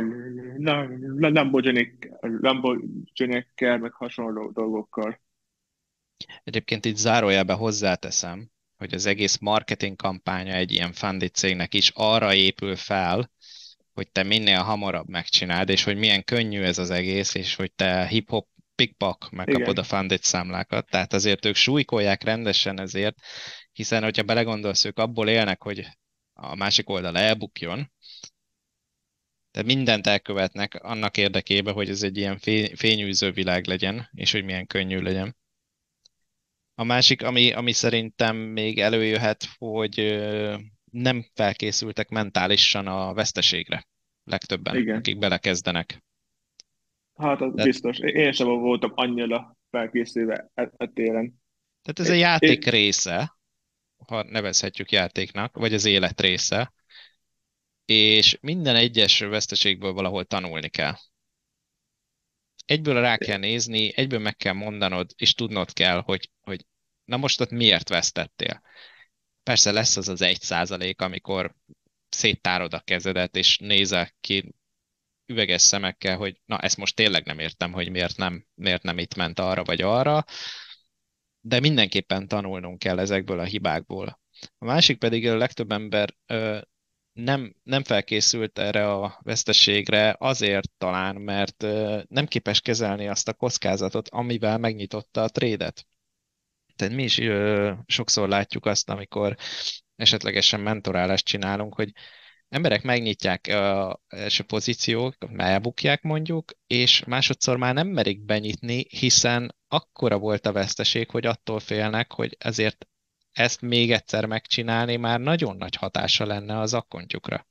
S3: Lamborghini-kkel, meg hasonló dolgokkal.
S2: Egyébként itt zárójelbe hozzáteszem, hogy az egész marketing kampánya egy ilyen funded cégnek is arra épül fel, hogy te minél hamarabb megcsináld, és hogy milyen könnyű ez az egész, és hogy te hip-hop pikpak megkapod a
S3: Igen,
S2: funded számlákat. Tehát azért ők súlykolják rendesen ezért, hiszen hogyha belegondolsz, ők abból élnek, hogy a másik oldal elbukjon, tehát mindent elkövetnek annak érdekében, hogy ez egy ilyen fény- fényűző világ legyen, és hogy milyen könnyű legyen. A másik, ami, ami szerintem még előjöhet, hogy ö, nem felkészültek mentálisan a veszteségre. Legtöbben,
S3: igen.
S2: akik belekezdenek.
S3: Hát az
S2: Tehát,
S3: biztos. Én sem voltam annyira felkészülve e, e téren.
S2: tehát ez a
S3: É,
S2: játék része, ha nevezhetjük játéknak, vagy az élet része, és minden egyes veszteségből valahol tanulni kell. Egyből rá kell nézni, egyből meg kell mondanod, és tudnod kell, hogy, hogy na most ott miért vesztettél. Persze lesz az az egy százalék, amikor széttárod a kezedet, és nézel ki üveges szemekkel, hogy na ezt most tényleg nem értem, hogy miért nem, miért nem itt ment arra vagy arra, de mindenképpen tanulnunk kell ezekből a hibákból. A másik pedig a legtöbb ember ö, nem, nem felkészült erre a veszteségre azért talán, mert ö, nem képes kezelni azt a kockázatot, amivel megnyitotta a trédet. Tehát mi is ö, sokszor látjuk azt, amikor esetlegesen mentorálást csinálunk, hogy emberek megnyitják a első pozíciók, elbukják mondjuk, és másodszor már nem merik benyitni, hiszen akkora volt a veszteség, hogy attól félnek, hogy ezért ezt még egyszer megcsinálni már nagyon nagy hatása lenne az akkontjukra.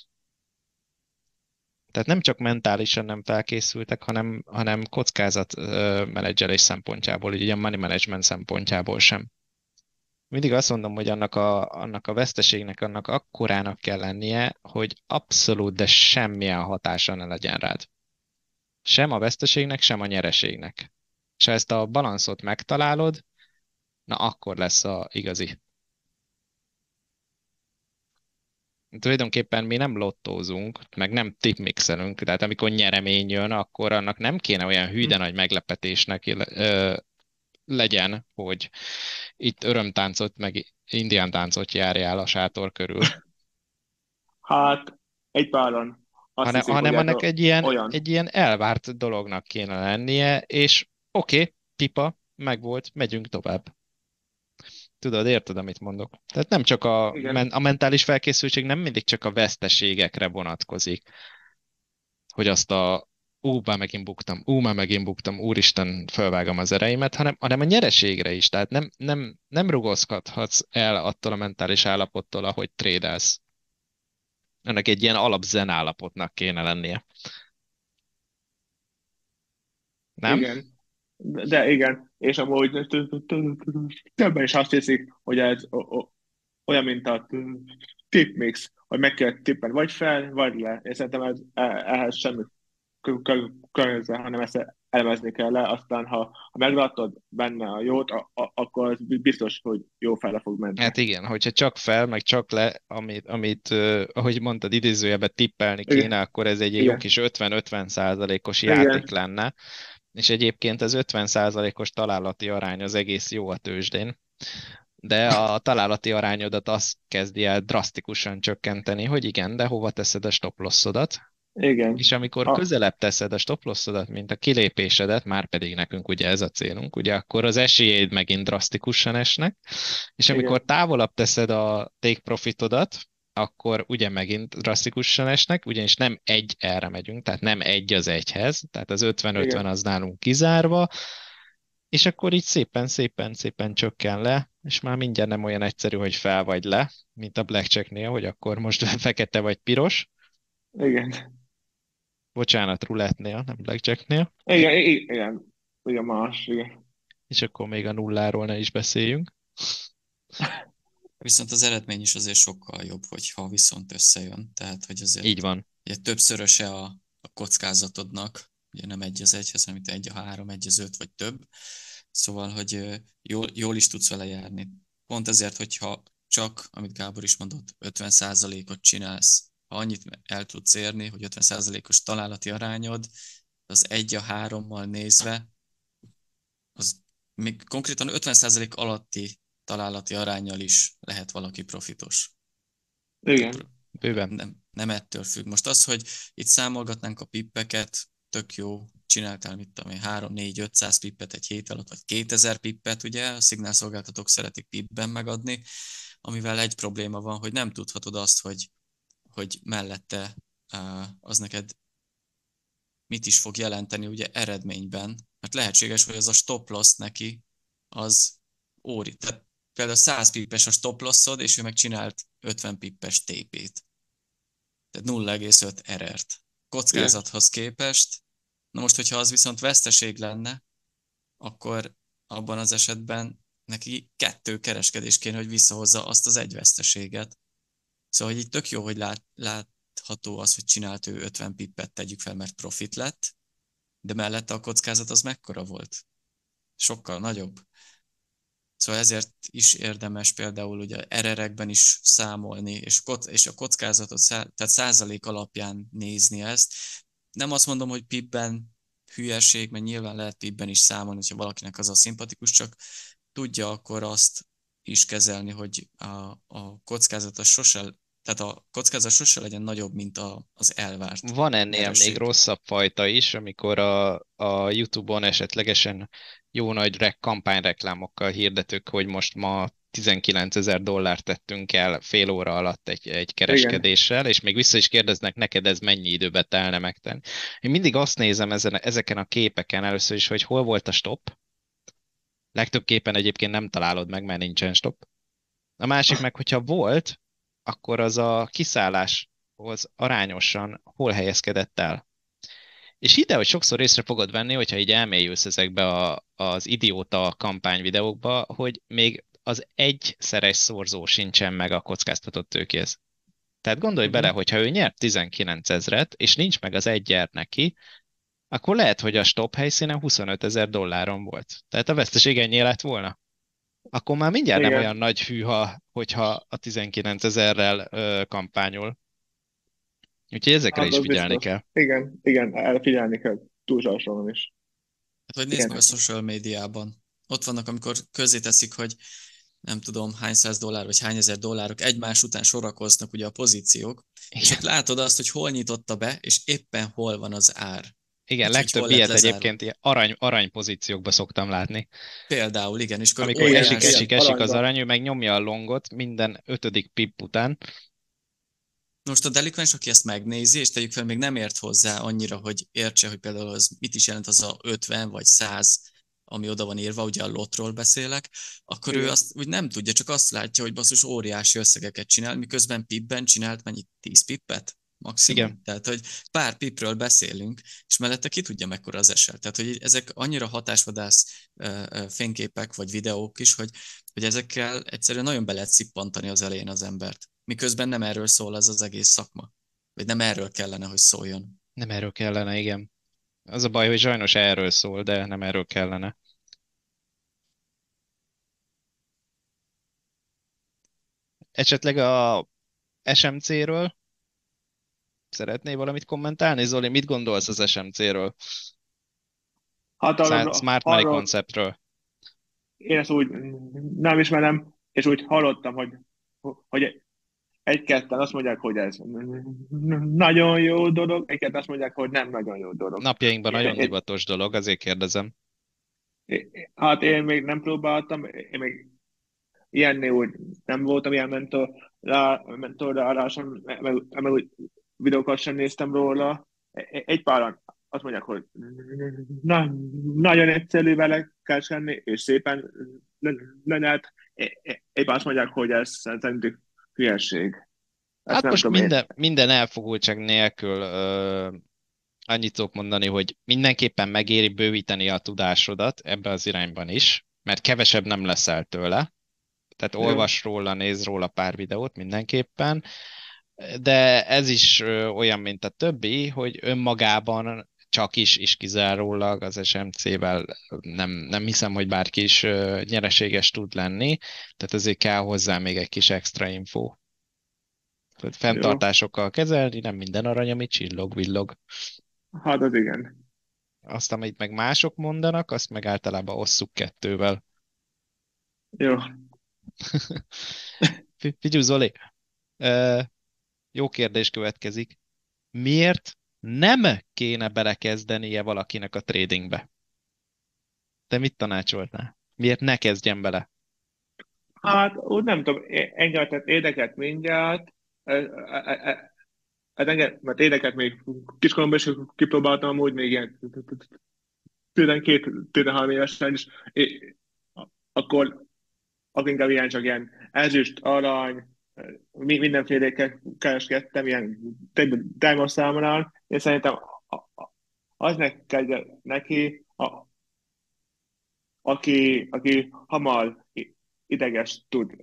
S2: Tehát nem csak mentálisan nem felkészültek, hanem, hanem kockázat ö, menedzselés szempontjából, így a money management szempontjából sem. Mindig azt mondom, hogy annak a, annak a veszteségnek, annak akkorának kell lennie, hogy abszolút, de semmilyen hatása ne legyen rád. Sem a veszteségnek, sem a nyereségnek. És ha ezt a balanszot megtalálod, na akkor lesz a igazi. Tulajdonképpen mi nem lottózunk, meg nem tipmixelünk, tehát amikor nyeremény jön, akkor annak nem kéne olyan hű, de nagy meglepetésnek ö, legyen, hogy itt örömtáncot, meg indián táncot járjál a sátor körül.
S3: hát egy páran azt
S2: hanem,
S3: hiszik, hogy
S2: hanem
S3: ez
S2: annak
S3: a,
S2: egy ilyen,
S3: olyan.
S2: egy ilyen elvárt dolognak kéne lennie, és oké, okay, pipa, megvolt, megyünk tovább. Tudod, érted, amit mondok? Tehát nem csak a, men-
S3: Igen.
S2: a mentális felkészültség nem mindig csak a veszteségekre vonatkozik, hogy azt a ú, már megint buktam, ú, már megint buktam, úristen, fölvágom az ereimet, hanem, hanem a nyereségre is. Tehát nem, nem, nem rugózkodhatsz el attól a mentális állapottól, ahogy trédelsz. Ennek egy ilyen alapzen állapotnak kéne lennie. Nem?
S3: Igen. De, de igen, és amúgy t- t- t- többen is azt hiszik, hogy ez o- o- olyan, mint a tipmix, hogy meg kell tippelni vagy fel, vagy le. És szerintem ez, e- ehhez semmi kö- kö- köze, hanem ezt elemezni kell le, aztán ha, ha megláttad benne a jót, a, a, akkor az biztos, hogy jó fele fog menni.
S2: Hát igen, hogyha csak fel, meg csak le, amit, amit uh, ahogy mondtad, idézőjelben tippelni kéne,
S3: Igen,
S2: akkor ez egy jó
S3: igen,
S2: kis ötven-ötven százalékos játék
S3: igen,
S2: lenne, és egyébként az ötven százalékos találati arány az egész jó a tőzsdén, de a találati arányodat azt kezdi el drasztikusan csökkenteni, hogy igen, de hova teszed a stop lossodat,
S3: igen.
S2: és amikor
S3: A,
S2: közelebb teszed a stop lossodat, mint a kilépésedet, már pedig nekünk ugye ez a célunk, ugye akkor az esélyeid megint drasztikusan esnek, és amikor
S3: igen,
S2: távolabb teszed a take profitodat, akkor ugye megint drasztikusan esnek, ugyanis nem egy erre megyünk, tehát nem egy az egyhez, tehát az ötven-ötven
S3: igen,
S2: az nálunk kizárva, és akkor így szépen, szépen, szépen csökken le, és már mindjárt nem olyan egyszerű, hogy fel vagy le, mint a blackjacknél, hogy akkor most fekete vagy piros.
S3: igen.
S2: Bocsánat, rulettnél, nem blackjacknél.
S3: Igen, i- igen, igen, más, igen.
S2: És akkor még a nulláról ne is beszéljünk.
S1: Viszont az eredmény is azért sokkal jobb, hogyha viszont összejön. Tehát, hogy
S2: Így
S1: azért
S2: van.
S1: ugye többszöröse a, a kockázatodnak, ugye nem egy az egyhez, hanem itt egy a három, egy az öt, vagy több. Szóval, hogy ö, jól, jól is tudsz vele járni. Pont ezért, hogyha csak, amit Gábor is mondott, ötven százalékot csinálsz, ha annyit el tudsz érni, hogy ötven százalékos találati arányod, az egy a hárommal nézve, az még konkrétan ötven százalék alatti találati aránnyal is lehet valaki profitos. Tehát
S3: Igen,
S2: Bőven.
S1: nem, nem ettől függ. Most az, hogy itt számolgatnánk a pippeket, tök jó, csináltál, mit tudom én, három, négy, ötszáz pippet egy hét alatt, vagy kétezer pippet, ugye, a szignálszolgáltatók szeretik pippben megadni, amivel egy probléma van, hogy nem tudhatod azt, hogy, hogy mellette uh, az neked mit is fog jelenteni ugye eredményben, mert lehetséges, hogy az a stop loss neki az óri. Tehát például száz pippes a stop lossod, és ő meg csinált ötven pippes té pét. Tehát nulla egész öt errert.
S3: igen,
S1: Kockázathoz képest. Na most, hogyha az viszont veszteség lenne, akkor abban az esetben neki kettő kereskedés kéne, hogy visszahozza azt az egy veszteséget. Szóval, hogy itt tök jó, hogy lát, látható az, hogy csinált ő ötven pippet, tegyük fel, mert profit lett, de mellette a kockázat az mekkora volt? Sokkal nagyobb. Szóval ezért is érdemes például ugye ererekben is számolni, és, kock- és a kockázatot, szá- tehát százalék alapján nézni ezt. Nem azt mondom, hogy pipben hülyeség, mert nyilván lehet pipben is számolni, hogyha valakinek az a szimpatikus, csak tudja akkor azt is kezelni, hogy a, a kockázat az sose, tehát a kockázat sose legyen nagyobb, mint a, az elvárt
S2: Van ennél még
S1: nyereség.
S2: rosszabb fajta is, amikor a, a YouTube-on esetlegesen jó nagy rek, kampányreklámokkal hirdetők, hogy most ma tizenkilencezer dollárt tettünk el fél óra alatt egy, egy
S3: igen,
S2: kereskedéssel, és még vissza is kérdeznek neked, ez mennyi időbe telne megtenni. Én mindig azt nézem ezen, ezeken a képeken először is, hogy hol volt a stop. Legtöbb képen egyébként nem találod meg, mert nincsen stop. A másik meg, hogyha volt, akkor az a kiszálláshoz arányosan hol helyezkedett el. És ide, hogy sokszor észre fogod venni, hogyha így elmélyülsz ezekbe a, az idióta kampányvideókba, hogy még az egyszeres szorzó sincsen meg a kockáztatott tőkéhez. Tehát gondolj bele,
S3: uh-huh.
S2: hogyha ő nyert tizenkilenc ezret, és nincs meg az egyer neki, akkor lehet, hogy a stop helyszínen huszonöt ezer dolláron volt. Tehát a veszteség ennyi lett volna. Akkor már mindjárt nem olyan
S3: Igen,
S2: nagy hűha, hogyha a tizenkilenc ezerrel ö, kampányol. Úgyhogy ezekre
S3: hát
S2: is
S3: az
S2: figyelni
S3: biztos.
S2: kell.
S3: Igen, igen, erre figyelni kell túlzsáson is.
S1: Hát, vagy nézd meg a
S3: Igen,
S1: social médiában. Ott vannak, amikor közzéteszik, hogy nem tudom, hány száz dollár vagy hány ezer dollárok egymás után sorakoznak ugye a pozíciók, és ott
S2: Igen.
S1: látod azt, hogy hol nyitotta be, és éppen hol van az ár.
S2: Igen,
S1: Hogy, hogy hol
S2: legtöbb
S1: lett
S2: ilyet
S1: lezárva.
S2: egyébként ilyen arany, arany pozíciókba szoktam látni.
S1: Például, igen, és akkor
S2: Amikor
S3: igen,
S2: esik,
S1: óriási,
S3: igen,
S2: esik, esik az
S3: aranyba.
S2: arany, ő meg nyomja a longot minden ötödik pip után,
S1: Most a delikvens, aki ezt megnézi, és tegyük fel, még nem ért hozzá annyira, hogy értse, hogy például az mit is jelent az a ötven vagy száz, ami oda van írva, ugye a lotról beszélek, akkor ő
S3: Igen.
S1: azt úgy nem tudja, csak azt látja, hogy basszus óriási összegeket csinál, miközben pipben csinált mennyit? tíz pippet?
S2: Igen.
S1: Maximum. Tehát, hogy pár pipről beszélünk, és mellette ki tudja, mekkora az eser. Tehát, hogy ezek annyira hatásvadász fényképek vagy videók is, hogy, hogy ezekkel egyszerűen nagyon be lehet szippantani az elején az embert. Miközben nem erről szól ez az egész szakma. Vagy nem erről kellene, hogy szóljon.
S2: Nem erről kellene, igen. Az a baj, hogy sajnos erről szól, de nem erről kellene. Esetleg a es em cé-ről szeretnél valamit kommentálni? Zoli, mit gondolsz az es em cé-ről?
S3: Hát arról,
S2: Smart Money
S3: arról
S2: konceptről.
S3: én ezt úgy nem ismerem, és úgy hallottam, hogy, hogy egy-ketten azt mondják, hogy ez nagyon jó dolog, egy-ketten azt mondják, hogy nem nagyon jó dolog.
S2: Napjainkban
S3: Én,
S2: nagyon
S3: én,
S2: divatos dolog, azért kérdezem.
S3: én, hát én még nem próbáltam, én még ilyennél úgy nem voltam ilyen mentor, rá, mentoráláson, meg, meg, meg úgy videókat sem néztem róla. Egy páran azt mondják, hogy na, nagyon egyszerű vele kereskedni, és szépen le, le lehet. Egy pár azt mondják, hogy ez szerintük hülyeség. Ezt
S2: Hát
S3: nem
S2: most
S3: tudom én.
S2: minden, minden elfogultság nélkül ö, annyit tudok mondani, hogy mindenképpen megéri bővíteni a tudásodat ebbe az irányban is, mert kevesebb nem leszel tőle. Tehát
S3: Jó.
S2: olvas róla, néz róla pár videót mindenképpen, de ez is ö, olyan, mint a többi, hogy önmagában csak is, és kizárólag az es em cé-vel nem, nem hiszem, hogy bárki is ö, nyereséges tud lenni, tehát azért kell hozzá még egy kis extra info. Tehát
S3: Jó.
S2: fenntartásokkal kezelni, nem minden arany, ami csillog, villog.
S3: Hát az igen.
S2: Azt, amit meg mások mondanak, azt meg általában osszuk kettővel.
S3: Jó.
S2: Fi- Figyelj, Zoli, ö, jó kérdés következik. Miért nem kéne belekezdenie valakinek a tradingbe? Te mit tanácsolnál? Miért ne kezdjen bele?
S3: Hát úgy nem tudom, é- engem tehát érdekelt mindjárt. E- e- e- e- Hát engem, mert érdekelt még kiskoromban is kipróbáltam, úgy még ilyen tizenkét-tizenhárom évesen is. É- akkor, akkor inkább ilyen csak ilyen ezüst, arany, mi- mindenfélékkel kereskedtem, ilyen diamond számlán, és szerintem a- a- az ne kezdje neki, a, aki, aki hamar i- ideges tud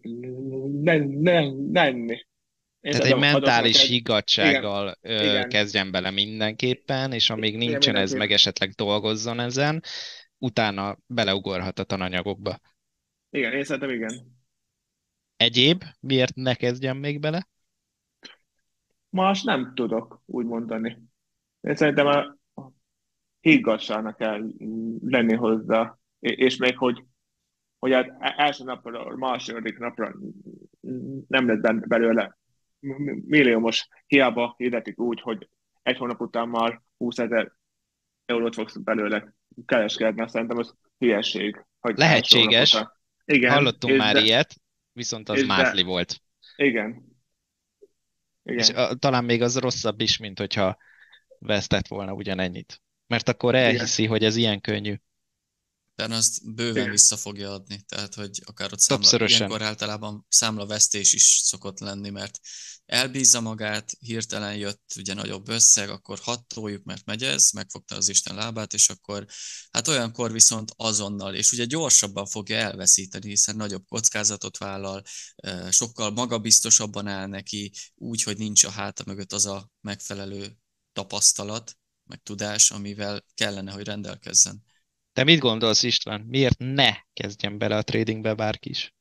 S3: lenni. Én
S2: Tehát egy
S3: adom, adok
S2: mentális
S3: neked. Igen,
S2: higgadsággal ö,
S3: igen,
S2: kezdjen bele mindenképpen, és amíg
S3: igen,
S2: nincsen ez,
S3: mindenképp.
S2: meg esetleg dolgozzon ezen, utána beleugorhat a tananyagokba.
S3: Igen, én szerintem igen.
S2: Egyéb, miért ne kezdjen még bele?
S3: Más nem tudok úgy mondani. Én szerintem a a higgadságnak kell lenni hozzá. É- És még, hogy, hogy hát e- első napra, második napra nem lesz ben- belőle milliómos, hiába hirdetik úgy, hogy egy hónap után már húszezer eurót fogsz belőle kereskedni, szerintem az hülyeség, hogy első hónap
S2: Lehetséges,
S3: után. Igen,
S2: hallottunk
S3: és
S2: már
S3: de,
S2: ilyet, viszont az
S3: és
S2: mázli
S3: de,
S2: volt.
S3: igen,
S2: És
S3: igen,
S2: a, talán még az rosszabb is, mint hogyha vesztett volna ugyanennyit. Mert akkor
S3: igen,
S2: elhiszi, hogy ez ilyen könnyű.
S1: De azt bőven
S3: igen,
S1: vissza fogja adni. Tehát, hogy akár ott számla,
S2: Többszörösen.
S1: ilyenkor általában számlavesztés is szokott lenni, mert elbízza magát, hirtelen jött ugye nagyobb összeg, akkor hattoljuk, mert megy ez, megfogta az Isten lábát, és akkor hát olyankor viszont azonnal, és ugye gyorsabban fogja elveszíteni, hiszen nagyobb kockázatot vállal, sokkal magabiztosabban áll neki, úgy, hogy nincs a háta mögött az a megfelelő tapasztalat, meg tudás, amivel kellene, hogy rendelkezzen.
S2: Te mit gondolsz, István? Miért ne kezdjen bele a tradingbe bárki is?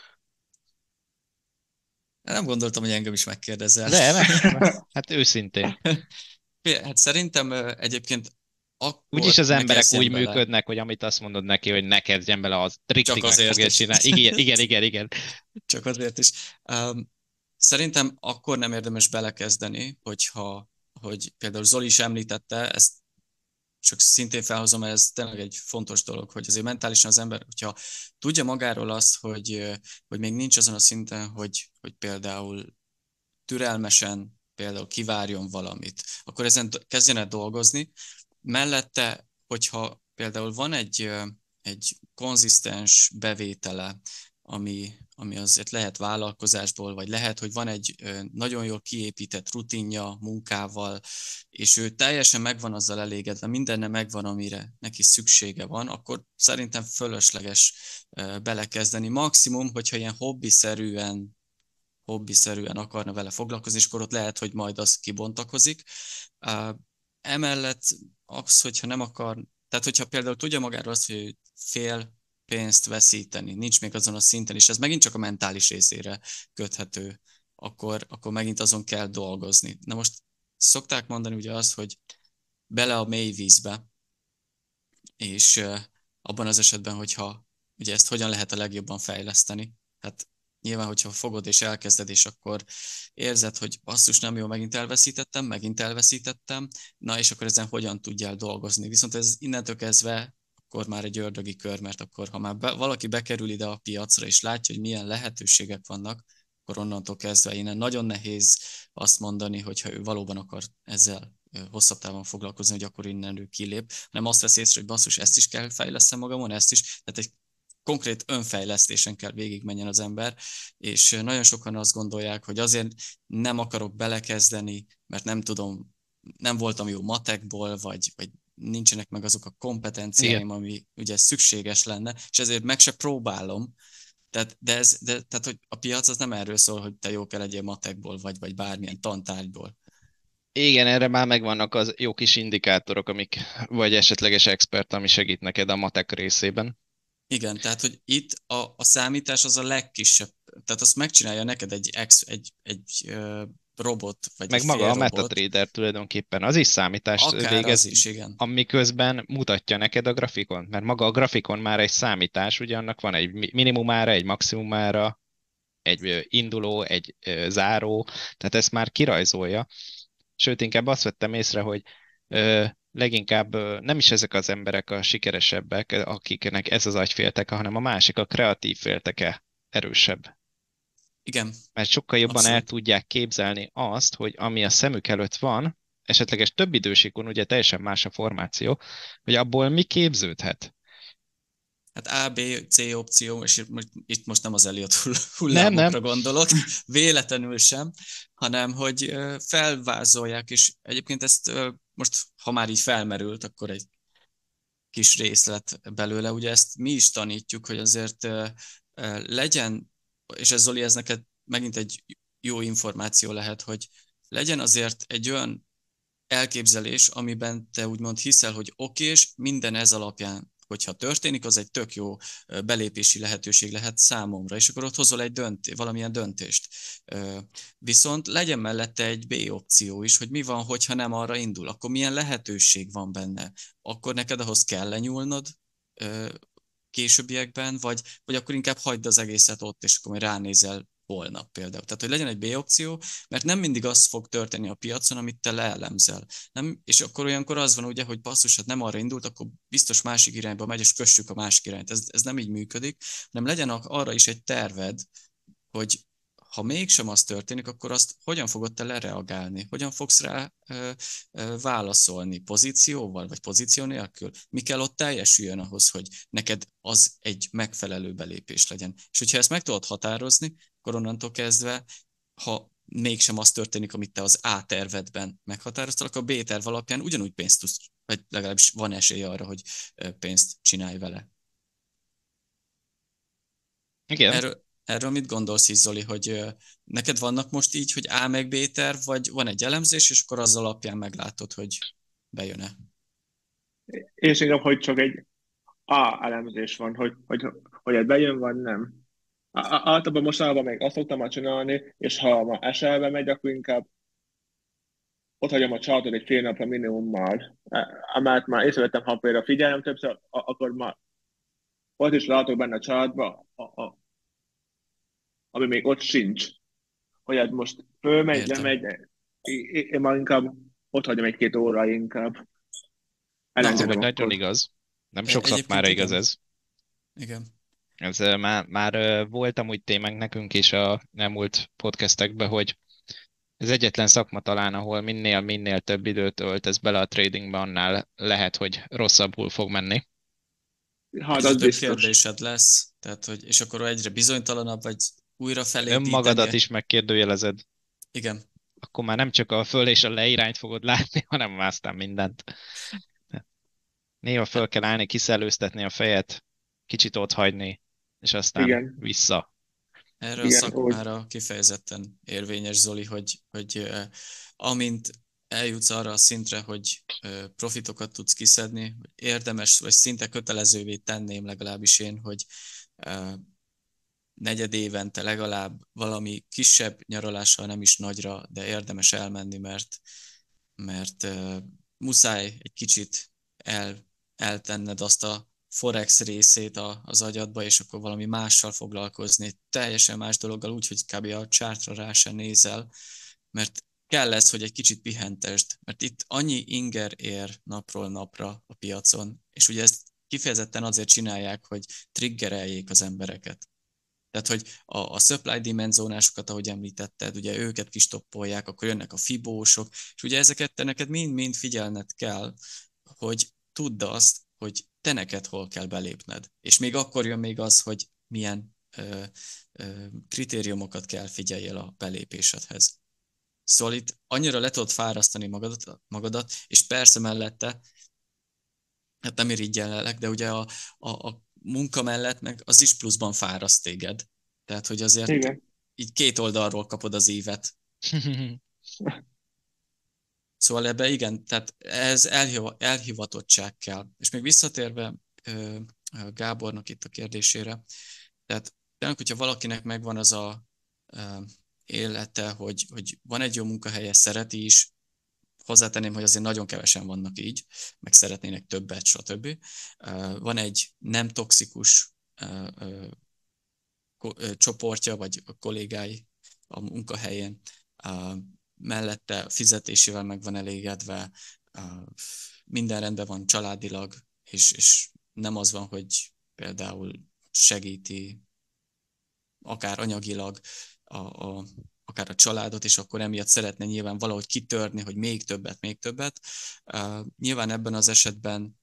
S1: Nem gondoltam, hogy engem is megkérdezel.
S2: De, meg, meg, hát őszintén.
S1: Hát szerintem egyébként
S2: Úgyis
S1: akkor
S2: az
S1: ne
S2: emberek úgy
S1: kezdjen bele,
S2: működnek, hogy amit azt mondod neki, hogy ne kezdjen bele, az
S1: csak
S2: triktig meg
S1: azért
S2: fogja
S1: is.
S2: csinálni. Igen, igen, igen, igen.
S1: Csak azért is. Um, szerintem akkor nem érdemes belekezdeni, hogyha, hogy például Zoli is említette, ezt csak szintén felhozom, mert ez tényleg egy fontos dolog, hogy azért mentálisan az ember, hogyha tudja magáról azt, hogy, hogy még nincs azon a szinten, hogy, hogy például türelmesen például kivárjon valamit, akkor ezen kezdjen el dolgozni. Mellette, hogyha például van egy, egy konzisztens bevétele, ami, ami azért lehet vállalkozásból, vagy lehet, hogy van egy nagyon jól kiépített rutinja munkával, és ő teljesen megvan azzal elégedve, mindenne megvan, amire neki szüksége van, akkor szerintem fölösleges belekezdeni. Maximum, hogyha ilyen hobbiszerűen, hobbiszerűen akarna vele foglalkozni, és akkor ott lehet, hogy majd az kibontakozik. Emellett az, hogyha nem akar, tehát hogyha például tudja magáról azt, hogy fél pénzt veszíteni, nincs még azon a szinten, és ez megint csak a mentális részére köthető, akkor, akkor megint azon kell dolgozni. Na most szokták mondani ugye azt, hogy bele a mély vízbe, és abban az esetben, hogyha ugye ezt hogyan lehet a legjobban fejleszteni, hát nyilván, hogyha fogod és elkezded, és akkor érzed, hogy basszus, nem jó, megint elveszítettem, megint elveszítettem, na és akkor ezen hogyan tudjál dolgozni. Viszont ez innentől kezdve akkor már egy ördögi kör, mert akkor, ha már be, valaki bekerül ide a piacra, és látja, hogy milyen lehetőségek vannak, akkor onnantól kezdve innen nagyon nehéz azt mondani, hogyha ő valóban akar ezzel hosszabb távon foglalkozni, hogy akkor innen ő kilép, hanem azt vesz észre, hogy basszus, ezt is kell fejlesztem magamon, ezt is, tehát egy konkrét önfejlesztésen kell végigmenjen az ember, és nagyon sokan azt gondolják, hogy azért nem akarok belekezdeni, mert nem tudom, nem voltam jó matekból, vagy, vagy nincsenek meg azok a kompetenciáim, igen, ami ugye szükséges lenne, és ezért meg se próbálom. Tehát, de ez, de, tehát, hogy a piac az nem erről szól, hogy te jó kell legyél matekból, vagy, vagy bármilyen tantárgyból.
S2: Igen, erre már megvannak az jó kis indikátorok, amik, vagy esetleges expert, ami segít neked a matek részében.
S1: Igen, tehát, hogy itt a, a számítás az a legkisebb, tehát azt megcsinálja neked egy, ex, egy, egy uh, robot, vagy
S2: meg
S1: egy
S2: maga
S1: fél
S2: a
S1: robot.
S2: MetaTrader tulajdonképpen, az is számítást
S1: Akár
S2: végez,
S1: az is, igen.
S2: amiközben mutatja neked a grafikon, mert maga a grafikon már egy számítás, ugye annak van egy minimumára, egy maximumára, egy induló, egy záró, tehát ezt már kirajzolja. Sőt, inkább azt vettem észre, hogy ö, leginkább ö, nem is ezek az emberek a sikeresebbek, akiknek ez az agyfélteke, hanem a másik, a kreatív félteke erősebb.
S1: Igen.
S2: Mert sokkal jobban
S1: Abszolút.
S2: el tudják képzelni azt, hogy ami a szemük előtt van, esetleges több idősikon, ugye teljesen más a formáció, hogy abból mi képződhet.
S1: Hát A, B, C opció, és itt most nem az Elliott
S2: Nem,
S1: hullámokra
S2: nem.
S1: gondolok, véletlenül sem, hanem hogy felvázolják, és egyébként ezt most, ha már így felmerült, akkor egy kis részlet belőle, ugye ezt mi is tanítjuk, hogy azért legyen, és ez Zoli, ez neked megint egy jó információ lehet, hogy legyen azért egy olyan elképzelés, amiben te úgymond hiszel, hogy okés, minden ez alapján, hogyha történik, az egy tök jó belépési lehetőség lehet számomra, és akkor ott hozol egy dönté, valamilyen döntést. Viszont legyen mellette egy B opció is, hogy mi van, hogyha nem arra indul, akkor milyen lehetőség van benne. Akkor neked ahhoz kell lenyúlnod későbbiekben, vagy, vagy akkor inkább hagyd az egészet ott, és akkor majd ránézel holnap például. Tehát, hogy legyen egy B opció, mert nem mindig az fog történni a piacon, amit te leelemzel. Nem? És akkor olyankor az van ugye, hogy basszus, hát nem arra indult, akkor biztos másik irányba megy, és kössük a másik irányt. Ez, ez nem így működik, hanem legyen arra is egy terved, hogy ha mégsem az történik, akkor azt hogyan fogod te lereagálni? Hogyan fogsz rá ö, ö, válaszolni? Pozícióval, vagy pozíció nélkül? Mi kell ott teljesüljön ahhoz, hogy neked az egy megfelelő belépés legyen? És hogyha ezt meg tudod határozni, akkor onnantól kezdve, ha mégsem az történik, amit te az A tervedben meghatároztál, akkor a B terv alapján ugyanúgy pénzt tudsz, vagy legalábbis van esély arra, hogy pénzt csinálj vele.
S2: Igen.
S1: Erről, erről mit gondolsz így, Zoli, hogy neked vannak most így, hogy A meg B terv, vagy van egy elemzés, és akkor az alapján meglátod, hogy bejön-e?
S3: És inkább, hogy csak egy A elemzés van, hogy, hogy, hogy ez bejön, vagy nem. Általában mostanában még azt szoktam már csinálni, és ha ma es el-be megy, akkor inkább ott hagyom a chartot egy fél napra minimummal. Amát már észrevettem, ha például figyelem többször, akkor már ott is látok benne a chartba, a, a, ami még ott sincs. Hogy ez most fölmegy, lemegy, én már inkább ott hagyom egy-két óra inkább.
S2: Ez meg nagyon igaz. Nem sok szakmára igaz ez.
S1: Igen.
S2: Ez már, már volt amúgy témánk nekünk is a elmúlt podcastekben, hogy Ez egyetlen szakma talán, ahol minél-minél több időt öltesz bele a tradingbe, annál lehet, hogy rosszabbul fog menni.
S3: Hát
S1: Egyre
S3: az
S1: több
S3: biztos.
S1: kérdésed lesz, tehát hogy, és akkor egyre bizonytalanabb vagy újra
S2: Önmagadat
S1: felépíteni.
S2: is megkérdőjelezed.
S1: Igen,
S2: Akkor már nem csak a föl és a le irányt fogod látni, hanem már aztán mindent. Néha föl kell állni, kiszellőztetni a fejet, kicsit ott hagyni, és aztán
S3: Igen,
S2: vissza.
S1: erre a
S3: igen, úgy.
S1: szakmára kifejezetten érvényes, Zoli, hogy, hogy eh, amint eljutsz arra a szintre, hogy eh, profitokat tudsz kiszedni, érdemes, vagy szinte kötelezővé tenném legalábbis én, hogy eh, negyed évente legalább valami kisebb nyaralással, nem is nagyra, de érdemes elmenni, mert, mert uh, muszáj egy kicsit el, eltenned azt a forex részét a, az agyadba, és akkor valami mással foglalkozni, teljesen más dologgal, úgyhogy kb. A chartra rá se nézel, mert kell lesz, hogy egy kicsit pihentesd, mert itt annyi inger ér napról napra a piacon, és ugye ezt kifejezetten azért csinálják, hogy triggereljék az embereket. Tehát, hogy a, a supply demand zónásokat, ahogy említetted, ugye őket kistoppolják, akkor jönnek a fibósok, és ugye ezeket te neked mind-mind figyelned kell, hogy tudd azt, hogy te neked hol kell belépned. És még akkor jön még az, hogy milyen ö, ö, kritériumokat kell figyeljél a belépésedhez. Szóval itt annyira le tudod fárasztani magadat, magadat és persze mellette, hát nem irigyellek, de ugye a, a, a munka mellett meg az is pluszban fáraszt téged. Tehát, hogy azért
S3: Igen,
S1: így két oldalról kapod az évet. Szóval ebbe igen, tehát ez elhivatottság kell. És még visszatérve Gábornak itt a kérdésére, tehát tényleg, hogyha valakinek megvan az a élete, hogy, hogy van egy jó munkahelye, szereti is, hozzátenném, hogy azért nagyon kevesen vannak így, meg szeretnének többet, stb. Van egy nem toxikus csoportja, vagy a kollégái a munkahelyén, mellette fizetésével meg van elégedve, minden rendben van családilag, és, és nem az van, hogy például segíti akár anyagilag a, a, akár a családot, és akkor emiatt szeretne nyilván valahogy kitörni, hogy még többet, még többet. Nyilván ebben az esetben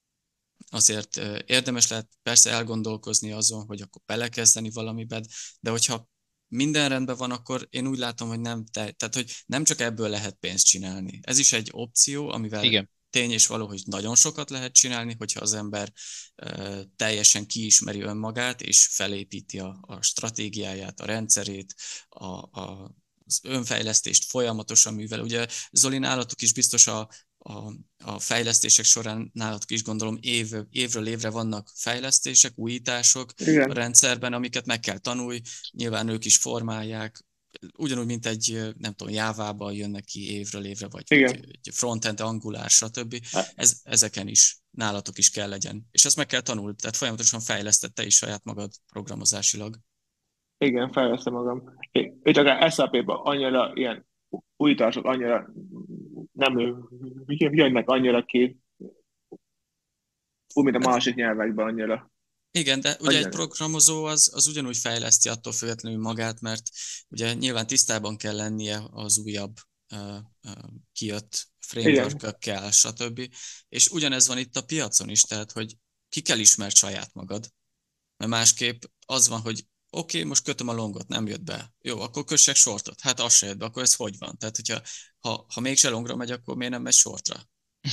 S1: azért érdemes lehet persze elgondolkozni azon, hogy akkor belekezdeni valamiben, de hogyha minden rendben van, akkor én úgy látom, hogy nem, te, tehát hogy nem csak ebből lehet pénzt csinálni. Ez is egy opció, amivel
S2: Igen.
S1: tény és való, hogy nagyon sokat lehet csinálni, hogyha az ember uh, teljesen kiismeri önmagát, és felépíti a, a stratégiáját, a rendszerét, a, a, az önfejlesztést folyamatosan művel. Ugye Zoli, nálatok is biztos a, a, a fejlesztések során nálatok is gondolom év, évről évre vannak fejlesztések, újítások a
S3: igen,
S1: rendszerben, amiket meg kell tanulni, nyilván ők is formálják, ugyanúgy, mint egy, nem tudom, Jávában jönnek ki évről évre, vagy, vagy
S3: igen.
S1: egy frontend, Angular, stb.
S3: E-
S1: Ez, ezeken is nálatok is kell legyen. És ezt meg kell tanulni, tehát folyamatosan fejlesztett te is saját magad programozásilag.
S3: Igen, fejlesztem magam. É- Itt akár es á pé-ben annyira ilyen újítások annyira nem jönnek annyira ki, úgy, mint a
S1: Hát
S3: másik nyelvekben annyira.
S1: igen, de ugye egy
S3: Annyira.
S1: programozó az, az ugyanúgy fejleszti attól függetlenül magát, mert ugye nyilván tisztában kell lennie az újabb uh, uh, kijött
S3: Igen,
S1: framework-ökkel, stb. És ugyanez van itt a piacon is, tehát hogy ki kell ismert saját magad. Mert másképp az van, hogy oké, okay, most kötöm a longot, nem jött be. Jó, akkor kössek shortot. Hát az se jött be, akkor ez hogy van? Tehát, hogyha ha, ha mégse longra megy, akkor miért nem megy shortra?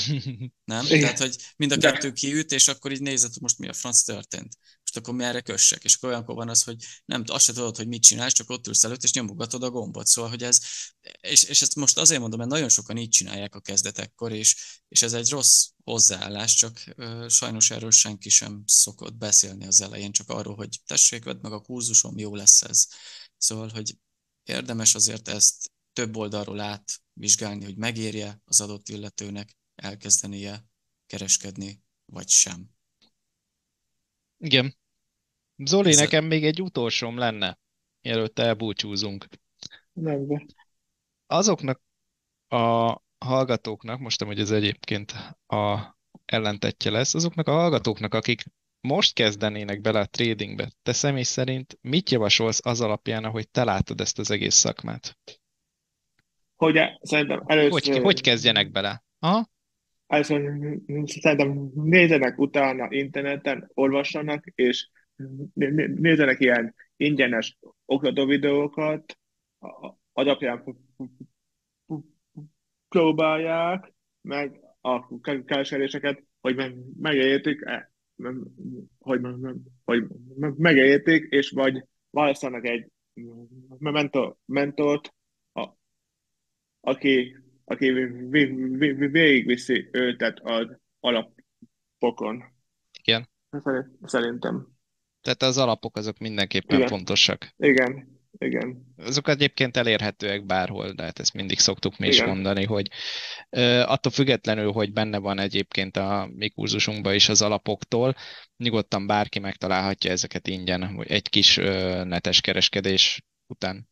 S1: Nem? Tehát,
S3: igen.
S1: hogy mind a kettő
S3: De,
S1: kiüt, és akkor így nézed, hogy most mi a franc történt. Most akkor merre kössek? És akkor olyankor van az, hogy nem, azt se tudod, hogy mit csinálsz, csak ott ülsz előtt, és nyomogatod a gombot. Szóval, hogy ez, és, és ezt most azért mondom, mert nagyon sokan így csinálják a kezdetekkor, és, és ez egy rossz hozzáállás, csak ö, sajnos erről senki sem szokott beszélni az elején, csak arról, hogy tessék, vedd meg a kurzusom, jó lesz ez. Szóval, hogy érdemes azért ezt több oldalról átvizsgálni, hogy megérje az adott illetőnek elkezdenie kereskedni, vagy sem.
S2: Igen. Zoli,
S1: Ezzel,
S2: nekem még egy utolsóm lenne, mielőtt elbúcsúzunk.
S3: nem, de.
S2: Azoknak a hallgatóknak, most hogy ez egyébként a ellentetje lesz, azoknak a hallgatóknak, akik most kezdenének bele a tradingbe, te személy szerint mit javasolsz az alapján, ahogy te látod ezt az egész szakmát?
S3: hogy szerintem
S2: Hogy,
S3: először,
S2: hogy kezdjenek bele? Aha.
S3: először szerintem nézzenek utána interneten, olvassanak, és né- né- nézzenek ilyen ingyenes oktató videókat, a- alapján próbálják meg a kereskedéseket, hogy meg- megérték, e- hogy, hogy megérték, és vagy választanak egy mentor, mentort, a, aki, aki vé- vé- vé- végigviszi őtet az alapokon.
S2: Igen.
S3: Szerintem.
S2: Tehát az alapok azok mindenképpen
S3: Igen,
S2: fontosak.
S3: igen, igen,
S2: Azok egyébként elérhetőek bárhol, de hát ezt mindig szoktuk mi is
S3: igen.
S2: mondani, hogy ö, attól függetlenül, hogy benne van egyébként a mi kurzusunkban is az alapoktól, nyugodtan bárki megtalálhatja ezeket ingyen, vagy egy kis ö, netes kereskedés után.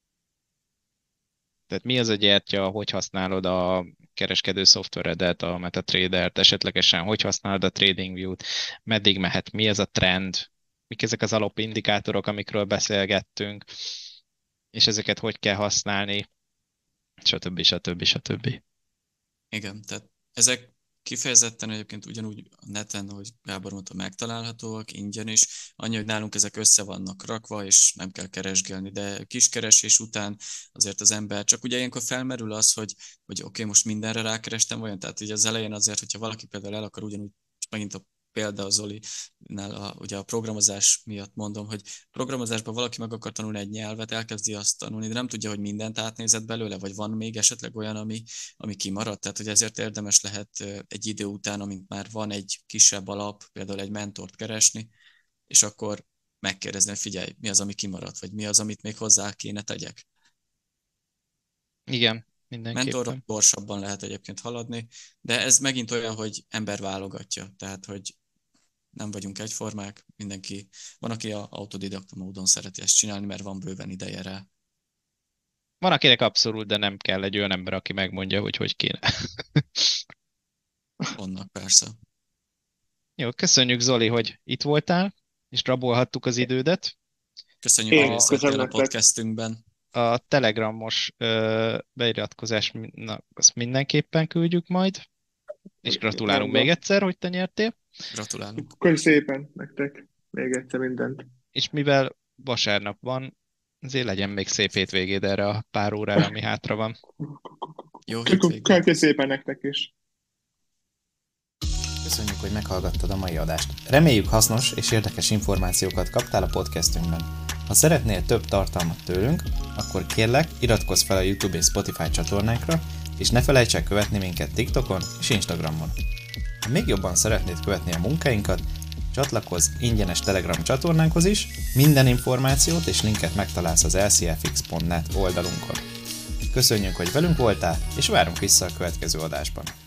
S2: Tehát mi az a gyertya, hogy használod a kereskedő szoftveredet, a MetaTrader-t, esetlegesen hogy használod a TradingView-t, meddig mehet, mi az a trend, mik ezek az alapindikátorok, amikről beszélgettünk, és ezeket hogy kell használni, stb. stb. stb.
S1: Igen, tehát ezek kifejezetten egyébként ugyanúgy a neten, ahogy Gábor mondta, megtalálhatóak ingyen is. Annyi, hogy nálunk ezek össze vannak rakva, és nem kell keresgélni, de kiskeresés után azért az ember, csak ugye ilyenkor felmerül az, hogy, hogy oké, okay, most mindenre rákerestem, vajon? Tehát ugye az elején azért, hogyha valaki például el akar ugyanúgy, és megint a példa a Zolinál, a, ugye a programozás miatt mondom, hogy programozásban valaki meg akar tanulni egy nyelvet, elkezdi azt tanulni, de nem tudja, hogy mindent átnézett belőle, vagy van még esetleg olyan, ami, ami kimaradt. Tehát, hogy ezért érdemes lehet egy idő után, amint már van egy kisebb alap, például egy mentort keresni, és akkor megkérdezni, hogy figyelj, mi az, ami kimaradt, vagy mi az, amit még hozzá kéne tegyek.
S2: Igen,
S1: Mentorok
S2: mindenképpen.
S1: gyorsabban lehet egyébként haladni, de ez megint olyan, hogy ember válogatja, tehát, hogy nem vagyunk egyformák, mindenki, van, aki a autodidakta módon szereti ezt csinálni, mert van bőven ideje rá.
S2: Van, akinek abszolút, de nem kell egy olyan ember, aki megmondja, hogy hogy kéne.
S1: Vannak persze.
S2: Jó, köszönjük Zoli, hogy itt voltál, és rabolhattuk az idődet.
S1: Köszönjük, hogy
S3: Én
S1: részt
S3: köszönöm
S1: vettél a
S3: nektek.
S1: podcastünkben.
S2: A telegramos ö, beiratkozás, na, azt mindenképpen küldjük majd, és gratulálunk még egyszer, hogy te nyertél.
S1: Gratulálunk.
S3: Köszönöm szépen nektek még egyszer mindent.
S2: És mivel vasárnap van, azért legyen még szép hétvégéd erre a pár órára, ami hátra van.
S1: Jó hétvégét.
S3: Köszönöm szépen nektek is.
S4: Köszönjük, hogy meghallgattad a mai adást. Reméljük hasznos és érdekes információkat kaptál a podcastünkben. Ha szeretnél több tartalmat tőlünk, akkor kérlek, iratkozz fel a YouTube és Spotify csatornánkra, és ne felejts el követni minket TikTokon és Instagramon. Ha még jobban szeretnéd követni a munkáinkat, csatlakozz ingyenes Telegram csatornánkhoz is, minden információt és linket megtalálsz az el cé ef iksz pont net oldalunkon. Köszönjük, hogy velünk voltál, és várunk vissza a következő adásban.